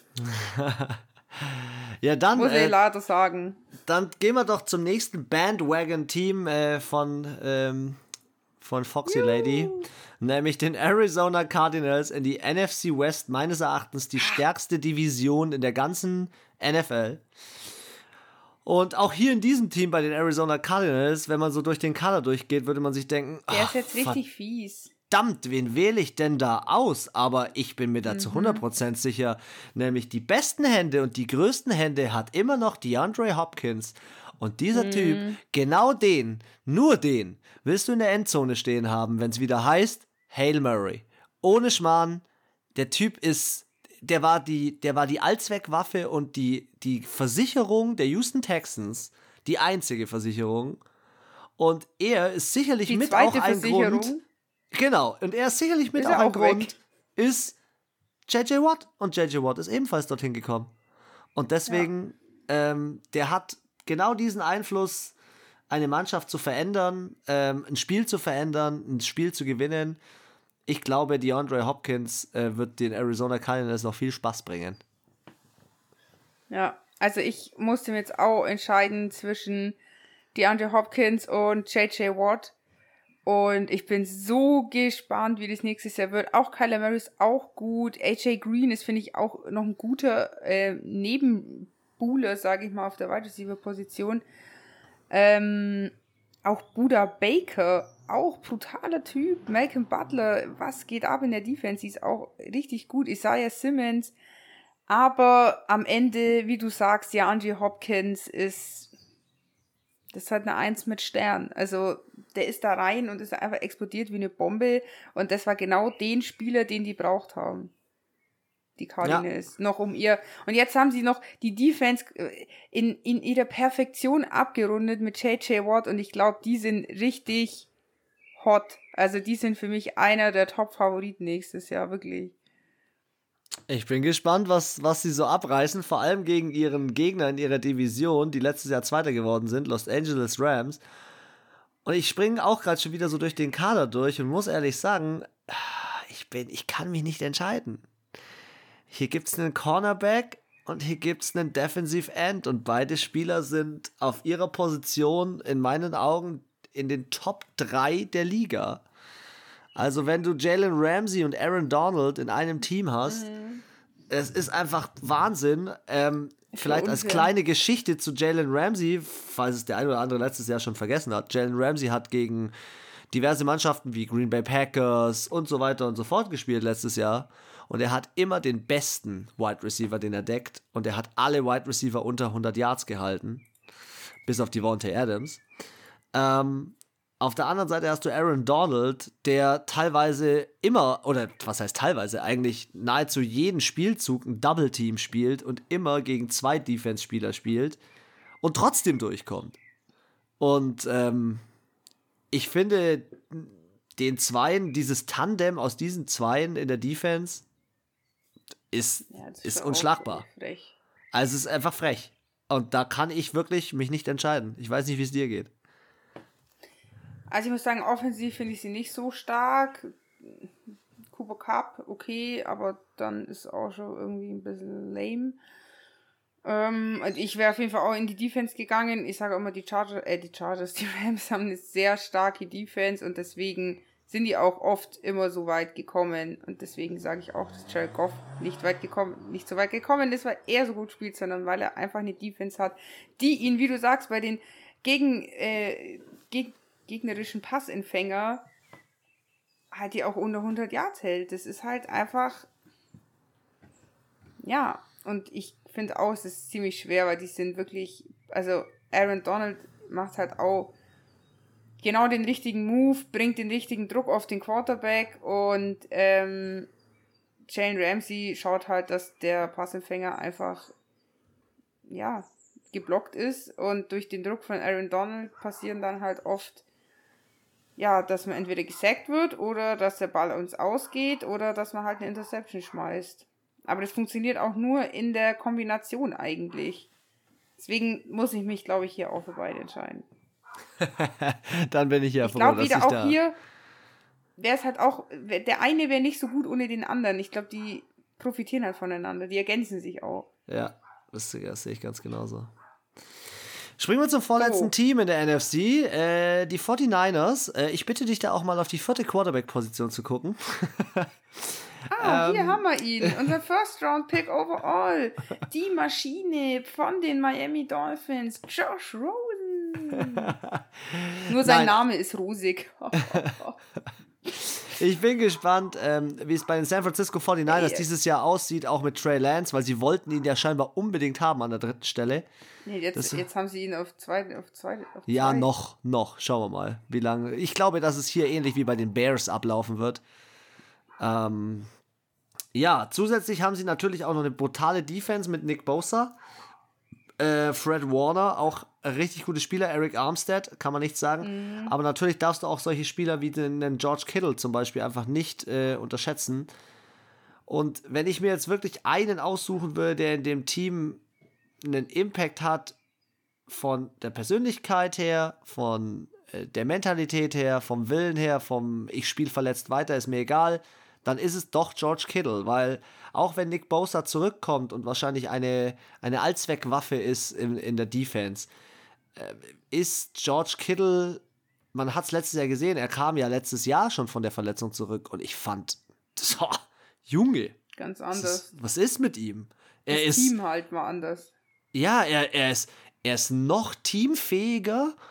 Ja, dann, Muss ich äh, leider sagen. Dann gehen wir doch zum nächsten Bandwagon-Team äh, von, ähm, von Foxy Juhu. Lady, nämlich den Arizona Cardinals in die N F C West, meines Erachtens die stärkste Division in der ganzen N F L. Und auch hier in diesem Team bei den Arizona Cardinals, wenn man so durch den Kader durchgeht, würde man sich denken, der ach, ist jetzt richtig fies. Verdammt, wen wähle ich denn da aus? Aber ich bin mir da mhm. zu hundert Prozent sicher, nämlich die besten Hände und die größten Hände hat immer noch DeAndre Hopkins. Und dieser mhm. Typ, genau den, nur den, willst du in der Endzone stehen haben, wenn es wieder heißt, Hail Mary. Ohne Schmarrn, der Typ ist, der war die, der war die Allzweckwaffe und die, die Versicherung der Houston Texans, die einzige Versicherung. Und er ist sicherlich die mit auch ein Versicherung. Grund. Genau, und er ist sicherlich mit ist auch ein auch Grund, weg. ist J J Watt. Und J J Watt ist ebenfalls dorthin gekommen. Und deswegen, ja. ähm, der hat genau diesen Einfluss, eine Mannschaft zu verändern, ähm, ein Spiel zu verändern, ein Spiel zu gewinnen. Ich glaube, DeAndre Hopkins äh, wird den Arizona Cardinals noch viel Spaß bringen. Ja, also ich musste mir jetzt auch entscheiden zwischen DeAndre Hopkins und J J Watt. Und ich bin so gespannt, wie das nächstes Jahr wird. Auch Kyler Murray ist auch gut. A J Green ist, finde ich, auch noch ein guter äh, Nebenbuhler, sage ich mal, auf der Wide Receiver Position. Ähm, auch Buda Baker, auch brutaler Typ. Malcolm Butler, was geht ab in der Defense? Die ist auch richtig gut. Isaiah Simmons. Aber am Ende, wie du sagst, ja, Andrew Hopkins ist, das ist halt eine Eins mit Stern. Also der ist da rein und ist einfach explodiert wie eine Bombe. Und das war genau den Spieler, den die braucht haben. Die Cardinals. Ja. Noch um ihr. Und jetzt haben sie noch die Defense in, in ihrer Perfektion abgerundet mit J J Watt. Und ich glaube, die sind richtig hot. Also die sind für mich einer der Top-Favoriten nächstes Jahr, wirklich. Ich bin gespannt, was, was sie so abreißen, vor allem gegen ihren Gegner in ihrer Division, die letztes Jahr Zweiter geworden sind, Los Angeles Rams. Und ich springe auch gerade schon wieder so durch den Kader durch und muss ehrlich sagen, ich bin, ich kann mich nicht entscheiden. Hier gibt es einen Cornerback und hier gibt es einen Defensive End und beide Spieler sind auf ihrer Position in meinen Augen in den Top drei der Liga. Also wenn du Jalen Ramsey und Aaron Donald in einem Team hast, mhm. es ist einfach Wahnsinn. Ähm, vielleicht als kleine Geschichte zu Jalen Ramsey, falls es der ein oder andere letztes Jahr schon vergessen hat. Jalen Ramsey hat gegen diverse Mannschaften wie Green Bay Packers und so weiter und so fort gespielt letztes Jahr. Und er hat immer den besten Wide Receiver, den er deckt. Und er hat alle Wide Receiver unter hundert Yards gehalten. Bis auf Devontae Adams. Ähm, auf der anderen Seite hast du Aaron Donald, der teilweise immer, oder was heißt teilweise, eigentlich nahezu jeden Spielzug ein Double-Team spielt und immer gegen zwei Defense-Spieler spielt und trotzdem durchkommt. Und ähm, ich finde, den Zweien, dieses Tandem aus diesen Zweien in der Defense ist, ja, ist, ist unschlagbar. Frech. Also es ist einfach frech. Und da kann ich wirklich mich nicht entscheiden. Ich weiß nicht, wie es dir geht. Also ich muss sagen, offensiv finde ich sie nicht so stark. Cooper Kupp, okay, aber dann ist auch schon irgendwie ein bisschen lame. Ähm, ich wäre auf jeden Fall auch in die Defense gegangen. Ich sage immer, die Chargers, äh, die Chargers, die Rams haben eine sehr starke Defense und deswegen sind die auch oft immer so weit gekommen. Und deswegen sage ich auch, dass Jared Goff nicht weit gekommen, nicht so weit gekommen ist, weil er so gut spielt, sondern weil er einfach eine Defense hat, die ihn, wie du sagst, bei den gegen, äh, geg- gegnerischen Passempfänger halt die auch unter hundert Yards hält. Das ist halt einfach, ja, und ich finde auch, es ist ziemlich schwer, weil die sind wirklich, also Aaron Donald macht halt auch genau den richtigen Move, bringt den richtigen Druck auf den Quarterback und ähm, Jalen Ramsey schaut halt, dass der Passempfänger einfach, ja, geblockt ist und durch den Druck von Aaron Donald passieren dann halt oft, ja, dass man entweder gesackt wird oder dass der Ball uns ausgeht oder dass man halt eine Interception schmeißt. Aber das funktioniert auch nur in der Kombination eigentlich. Deswegen muss ich mich, glaube ich, hier auch für beide entscheiden. Dann bin ich ja ich froh, glaub, dass wieder ich auch da... hier wäre es halt auch, der eine wäre nicht so gut ohne den anderen. Ich glaube, die profitieren halt voneinander. Die ergänzen sich auch. Ja, das, das sehe ich ganz genauso. Springen wir zum vorletzten so. Team in der N F C, äh, die forty-niners. Äh, ich bitte dich da auch mal auf die vierte Quarterback-Position zu gucken. Ah, hier ähm. haben wir ihn. Unser First-Round-Pick overall. Die Maschine von den Miami Dolphins. Josh Rosen. Nur sein Nein. Name ist rosig. Ich bin gespannt, ähm, wie es bei den San Francisco forty-niners hey, dieses Jahr aussieht, auch mit Trey Lance, weil sie wollten ihn ja scheinbar unbedingt haben an der dritten Stelle. Nee, jetzt, das, jetzt haben sie ihn auf zwei, auf zwei, auf ja, zwei. noch, noch. Schauen wir mal, wie lange. Ich glaube, dass es hier ähnlich wie bei den Bears ablaufen wird. Ähm, ja, zusätzlich haben sie natürlich auch noch eine brutale Defense mit Nick Bosa. Äh, Fred Warner, auch ein richtig gute Spieler. Eric Armstead, kann man nicht sagen. Mhm. Aber natürlich darfst du auch solche Spieler wie den, den George Kittle zum Beispiel einfach nicht äh, unterschätzen. Und wenn ich mir jetzt wirklich einen aussuchen würde, der in dem Team einen Impact hat, von der Persönlichkeit her, von äh, der Mentalität her, vom Willen her, vom ich spiele verletzt weiter, ist mir egal, dann ist es doch George Kittle, weil auch wenn Nick Bosa zurückkommt und wahrscheinlich eine, eine Allzweckwaffe ist in, in der Defense, äh, ist George Kittle, man hat es letztes Jahr gesehen, er kam ja letztes Jahr schon von der Verletzung zurück und ich fand, so, Junge, ganz anders. Was ist, was ist mit ihm? Er das ist, Team halt mal anders. Ja, er, er, ist, er ist noch teamfähiger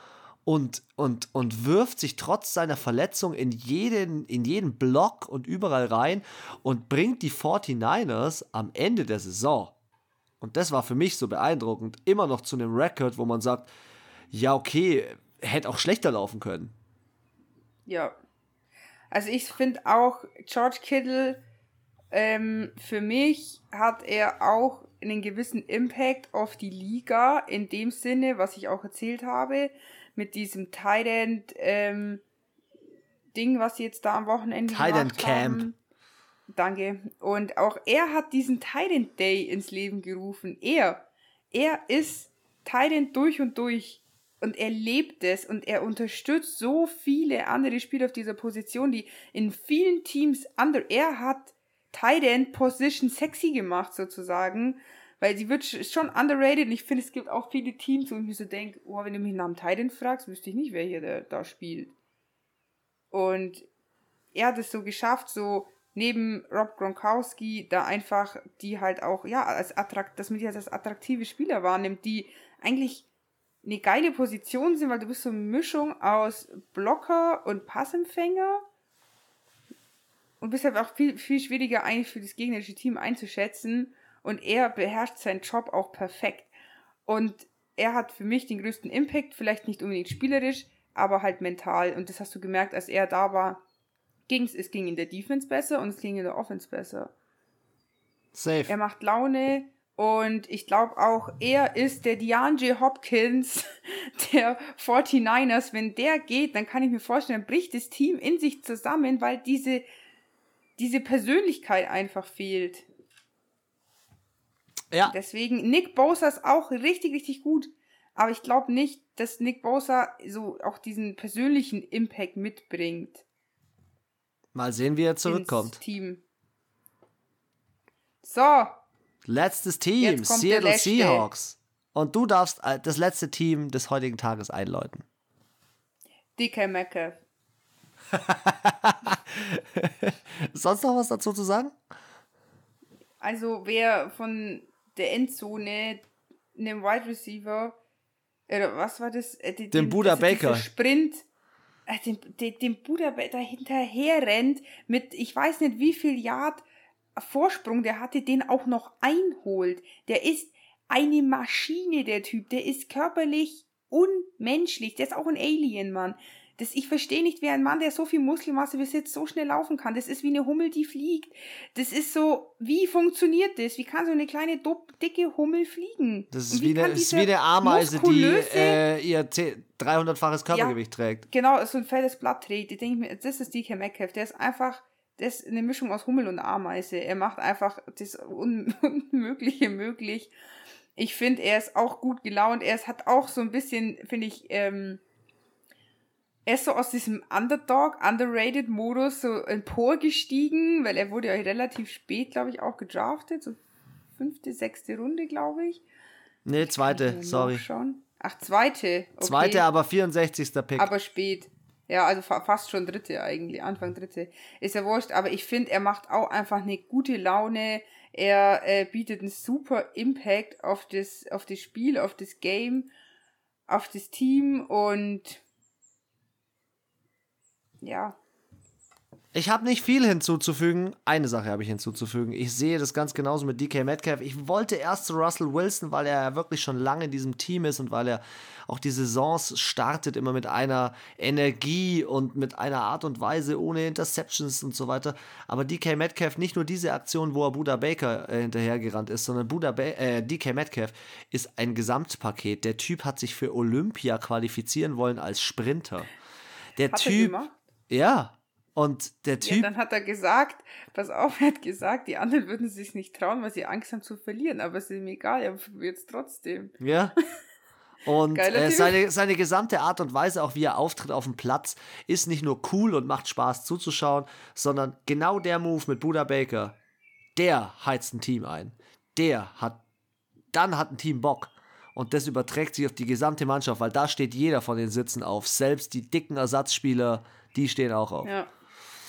und, und, und wirft sich trotz seiner Verletzung in jeden, in jeden Block und überall rein und bringt die forty-niners am Ende der Saison, und das war für mich so beeindruckend, immer noch zu einem Rekord, wo man sagt, ja okay, hätte auch schlechter laufen können. Ja. Also ich finde auch, George Kittle, ähm, für mich hat er auch einen gewissen Impact auf die Liga, in dem Sinne, was ich auch erzählt habe, mit diesem Tight End ähm, Ding, was sie jetzt da am Wochenende Tight End gemacht Camp. haben. Danke. Und auch er hat diesen Tight End Day ins Leben gerufen. Er, er ist Tight End durch und durch. Und er lebt es und er unterstützt so viele andere Spieler auf dieser Position, die in vielen Teams under. Er hat Tight End Position sexy gemacht, sozusagen. Weil sie wird schon underrated und ich finde, es gibt auch viele Teams, wo ich mir so denke, oh, wenn du mich nach dem Tight End fragst, wüsste ich nicht, wer hier da, da spielt. Und er hat es so geschafft, so neben Rob Gronkowski da einfach die halt auch, ja, als attrakt, dass man die halt als attraktive Spieler wahrnimmt, die eigentlich eine geile Position sind, weil du bist so eine Mischung aus Blocker und Passempfänger und bist halt auch viel, viel schwieriger eigentlich für das gegnerische Team einzuschätzen. Und er beherrscht seinen Job auch perfekt. Und er hat für mich den größten Impact, vielleicht nicht unbedingt spielerisch, aber halt mental. Und das hast du gemerkt, als er da war, ging's, es ging in der Defense besser und es ging in der Offense besser. Safe. Er macht Laune und ich glaube auch, er ist der DeAndre Hopkins der forty-niners. Wenn der geht, dann kann ich mir vorstellen, dann bricht das Team in sich zusammen, weil diese, diese Persönlichkeit einfach fehlt. Ja. Deswegen, Nick Bosa ist auch richtig, richtig gut. Aber ich glaube nicht, dass Nick Bosa so auch diesen persönlichen Impact mitbringt. Mal sehen, wie er zurückkommt. Ins Team. So. Letztes Team, Seattle Seahawks. Und du darfst das letzte Team des heutigen Tages einläuten. D K Metcalf. Sonst noch was dazu zu sagen? Also, wer von der Endzone einem Wide Receiver, oder was war das? Äh, den, den Buda Baker. Sprint, äh, den, den, den Buda Baker hinterher rennt mit, ich weiß nicht wie viel Yard Vorsprung der hatte, den auch noch einholt. Der ist eine Maschine, der Typ. Der ist körperlich unmenschlich. Der ist auch ein Alien, Mann. Das, ich verstehe nicht, wie ein Mann, der so viel Muskelmasse besitzt, so schnell laufen kann. Das ist wie eine Hummel, die fliegt. Das ist so, wie funktioniert das? Wie kann so eine kleine, dicke Hummel fliegen? Das ist wie, eine, ist wie eine Ameise, die äh, ihr dreihundertfaches Körpergewicht ja, trägt. Genau, so ein fettes Blatt trägt. Ich denke mir, das ist D K Metcalf. Der ist einfach, das ist eine Mischung aus Hummel und Ameise. Er macht einfach das Un- Unmögliche möglich. Ich finde, er ist auch gut gelaunt. Er ist, hat auch so ein bisschen, finde ich, ähm, er ist so aus diesem Underdog, Underrated-Modus so emporgestiegen, weil er wurde ja relativ spät, glaube ich, auch gedraftet. So fünfte, sechste Runde, glaube ich. Nee, zweite, ich sorry. Ach, zweite. Okay. Zweite, aber vierundsechzigster Pick. Aber spät. Ja, also fa- fast schon dritte eigentlich, Anfang dritte. Ist ja wurscht, aber ich finde, er macht auch einfach eine gute Laune. Er äh, bietet einen super Impact auf das, auf das Spiel, auf das Game, auf das Team und ja. Ich habe nicht viel hinzuzufügen. Eine Sache habe ich hinzuzufügen. Ich sehe das ganz genauso mit D K Metcalf. Ich wollte erst zu Russell Wilson, weil er ja wirklich schon lange in diesem Team ist und weil er auch die Saisons startet immer mit einer Energie und mit einer Art und Weise ohne Interceptions und so weiter. Aber D K Metcalf, nicht nur diese Aktion, wo er Buda Baker äh, hinterhergerannt ist, sondern Buda ba- äh, D K Metcalf ist ein Gesamtpaket. Der Typ hat sich für Olympia qualifizieren wollen als Sprinter. Der hat Typ, er gemacht? Ja. Und der Typ. Ja, dann hat er gesagt, pass auf, er hat gesagt, die anderen würden sich nicht trauen, weil sie Angst haben zu verlieren, aber es ist ihm egal, er probiert es trotzdem. Ja. Und äh, seine, seine gesamte Art und Weise, auch wie er auftritt auf dem Platz, ist nicht nur cool und macht Spaß zuzuschauen, sondern genau der Move mit Buda Baker, der heizt ein Team ein. Der hat, dann hat ein Team Bock. Und das überträgt sich auf die gesamte Mannschaft, weil da steht jeder von den Sitzen auf. Selbst die dicken Ersatzspieler, die stehen auch auf. Ja.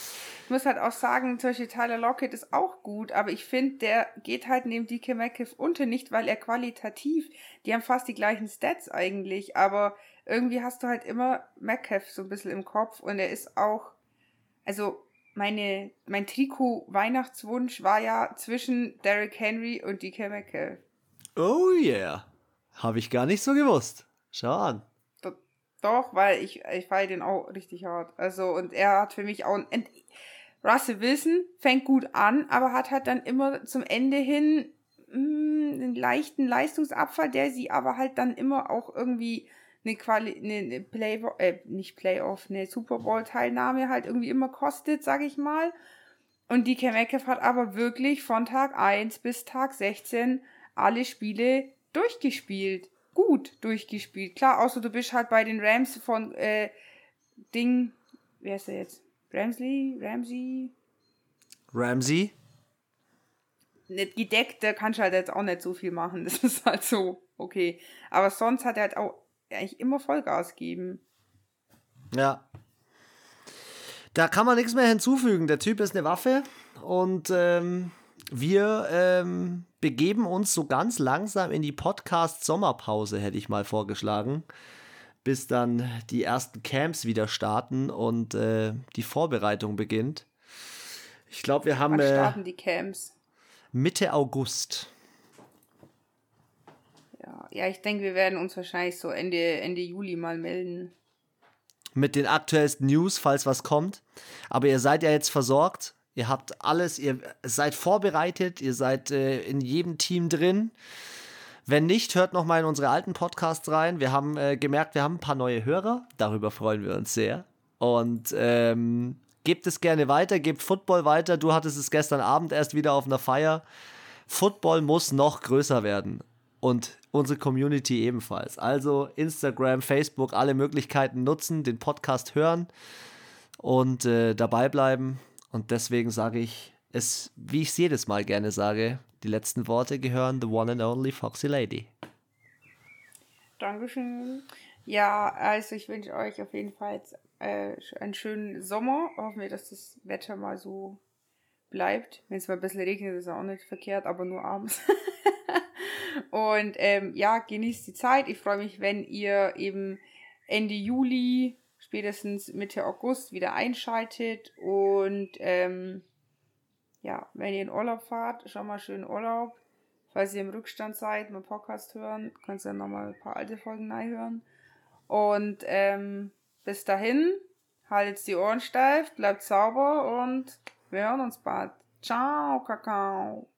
Ich muss halt auch sagen, zum Beispiel Tyler Lockett ist auch gut, aber ich finde, der geht halt neben D K Metcalf unter, nicht weil er qualitativ, die haben fast die gleichen Stats eigentlich, aber irgendwie hast du halt immer Metcalf so ein bisschen im Kopf und er ist auch, also meine, mein Trikot-Weihnachtswunsch war ja zwischen Derrick Henry und D K Metcalf. Oh yeah. Habe ich gar nicht so gewusst. Schau an. Do- Doch, weil ich, ich feiere den auch richtig hart. Also, und er hat für mich auch ein, Russell Wilson fängt gut an, aber hat halt dann immer zum Ende hin mh, einen leichten Leistungsabfall, der sie aber halt dann immer auch irgendwie eine Quali, eine, eine Play, äh, nicht Playoff, eine Super Bowl Teilnahme halt irgendwie immer kostet, sag ich mal. Und D K Metcalf hat aber wirklich von Tag eins bis Tag sechzehn alle Spiele durchgespielt. Gut durchgespielt. Klar, außer du bist halt bei den Rams von äh, Ding, wer ist der jetzt? Ramsey? Ramsey? Ramsey? Nicht gedeckt, da kannst du halt jetzt auch nicht so viel machen. Das ist halt so, okay. Aber sonst hat er halt auch eigentlich immer Vollgas geben. Ja. Da kann man nichts mehr hinzufügen. Der Typ ist eine Waffe und ähm, wir ähm, begeben uns so ganz langsam in die Podcast-Sommerpause, hätte ich mal vorgeschlagen, bis dann die ersten Camps wieder starten und äh, die Vorbereitung beginnt. Ich glaube, wir haben Wann äh, starten die Camps? Mitte August. Ja, ja, ich denke, wir werden uns wahrscheinlich so Ende, Ende Juli mal melden. Mit den aktuellsten News, falls was kommt. Aber ihr seid ja jetzt versorgt. Ihr habt alles, ihr seid vorbereitet, ihr seid äh, in jedem Team drin. Wenn nicht, hört noch mal in unsere alten Podcasts rein. Wir haben äh, gemerkt, wir haben ein paar neue Hörer. Darüber freuen wir uns sehr. Und ähm, gebt es gerne weiter, gebt Football weiter. Du hattest es gestern Abend erst wieder auf einer Feier. Football muss noch größer werden. Und unsere Community ebenfalls. Also Instagram, Facebook, alle Möglichkeiten nutzen, den Podcast hören und äh, dabei bleiben. Und deswegen sage ich es, wie ich es jedes Mal gerne sage, die letzten Worte gehören the one and only Foxy Lady. Dankeschön. Ja, also ich wünsche euch auf jeden Fall jetzt, äh, einen schönen Sommer. Hoffen wir, dass das Wetter mal so bleibt. Wenn es mal ein bisschen regnet, ist es auch nicht verkehrt, aber nur abends. Und ähm, ja, genießt die Zeit. Ich freue mich, wenn ihr eben Ende Juli, spätestens Mitte August wieder einschaltet. Und ähm, ja, wenn ihr in Urlaub fahrt, schon mal schön Urlaub. Falls ihr im Rückstand seid, mal Podcast hören, könnt ihr dann nochmal ein paar alte Folgen reinhören. Und ähm, bis dahin, haltet die Ohren steif, bleibt sauber und wir hören uns bald. Ciao, Kakao.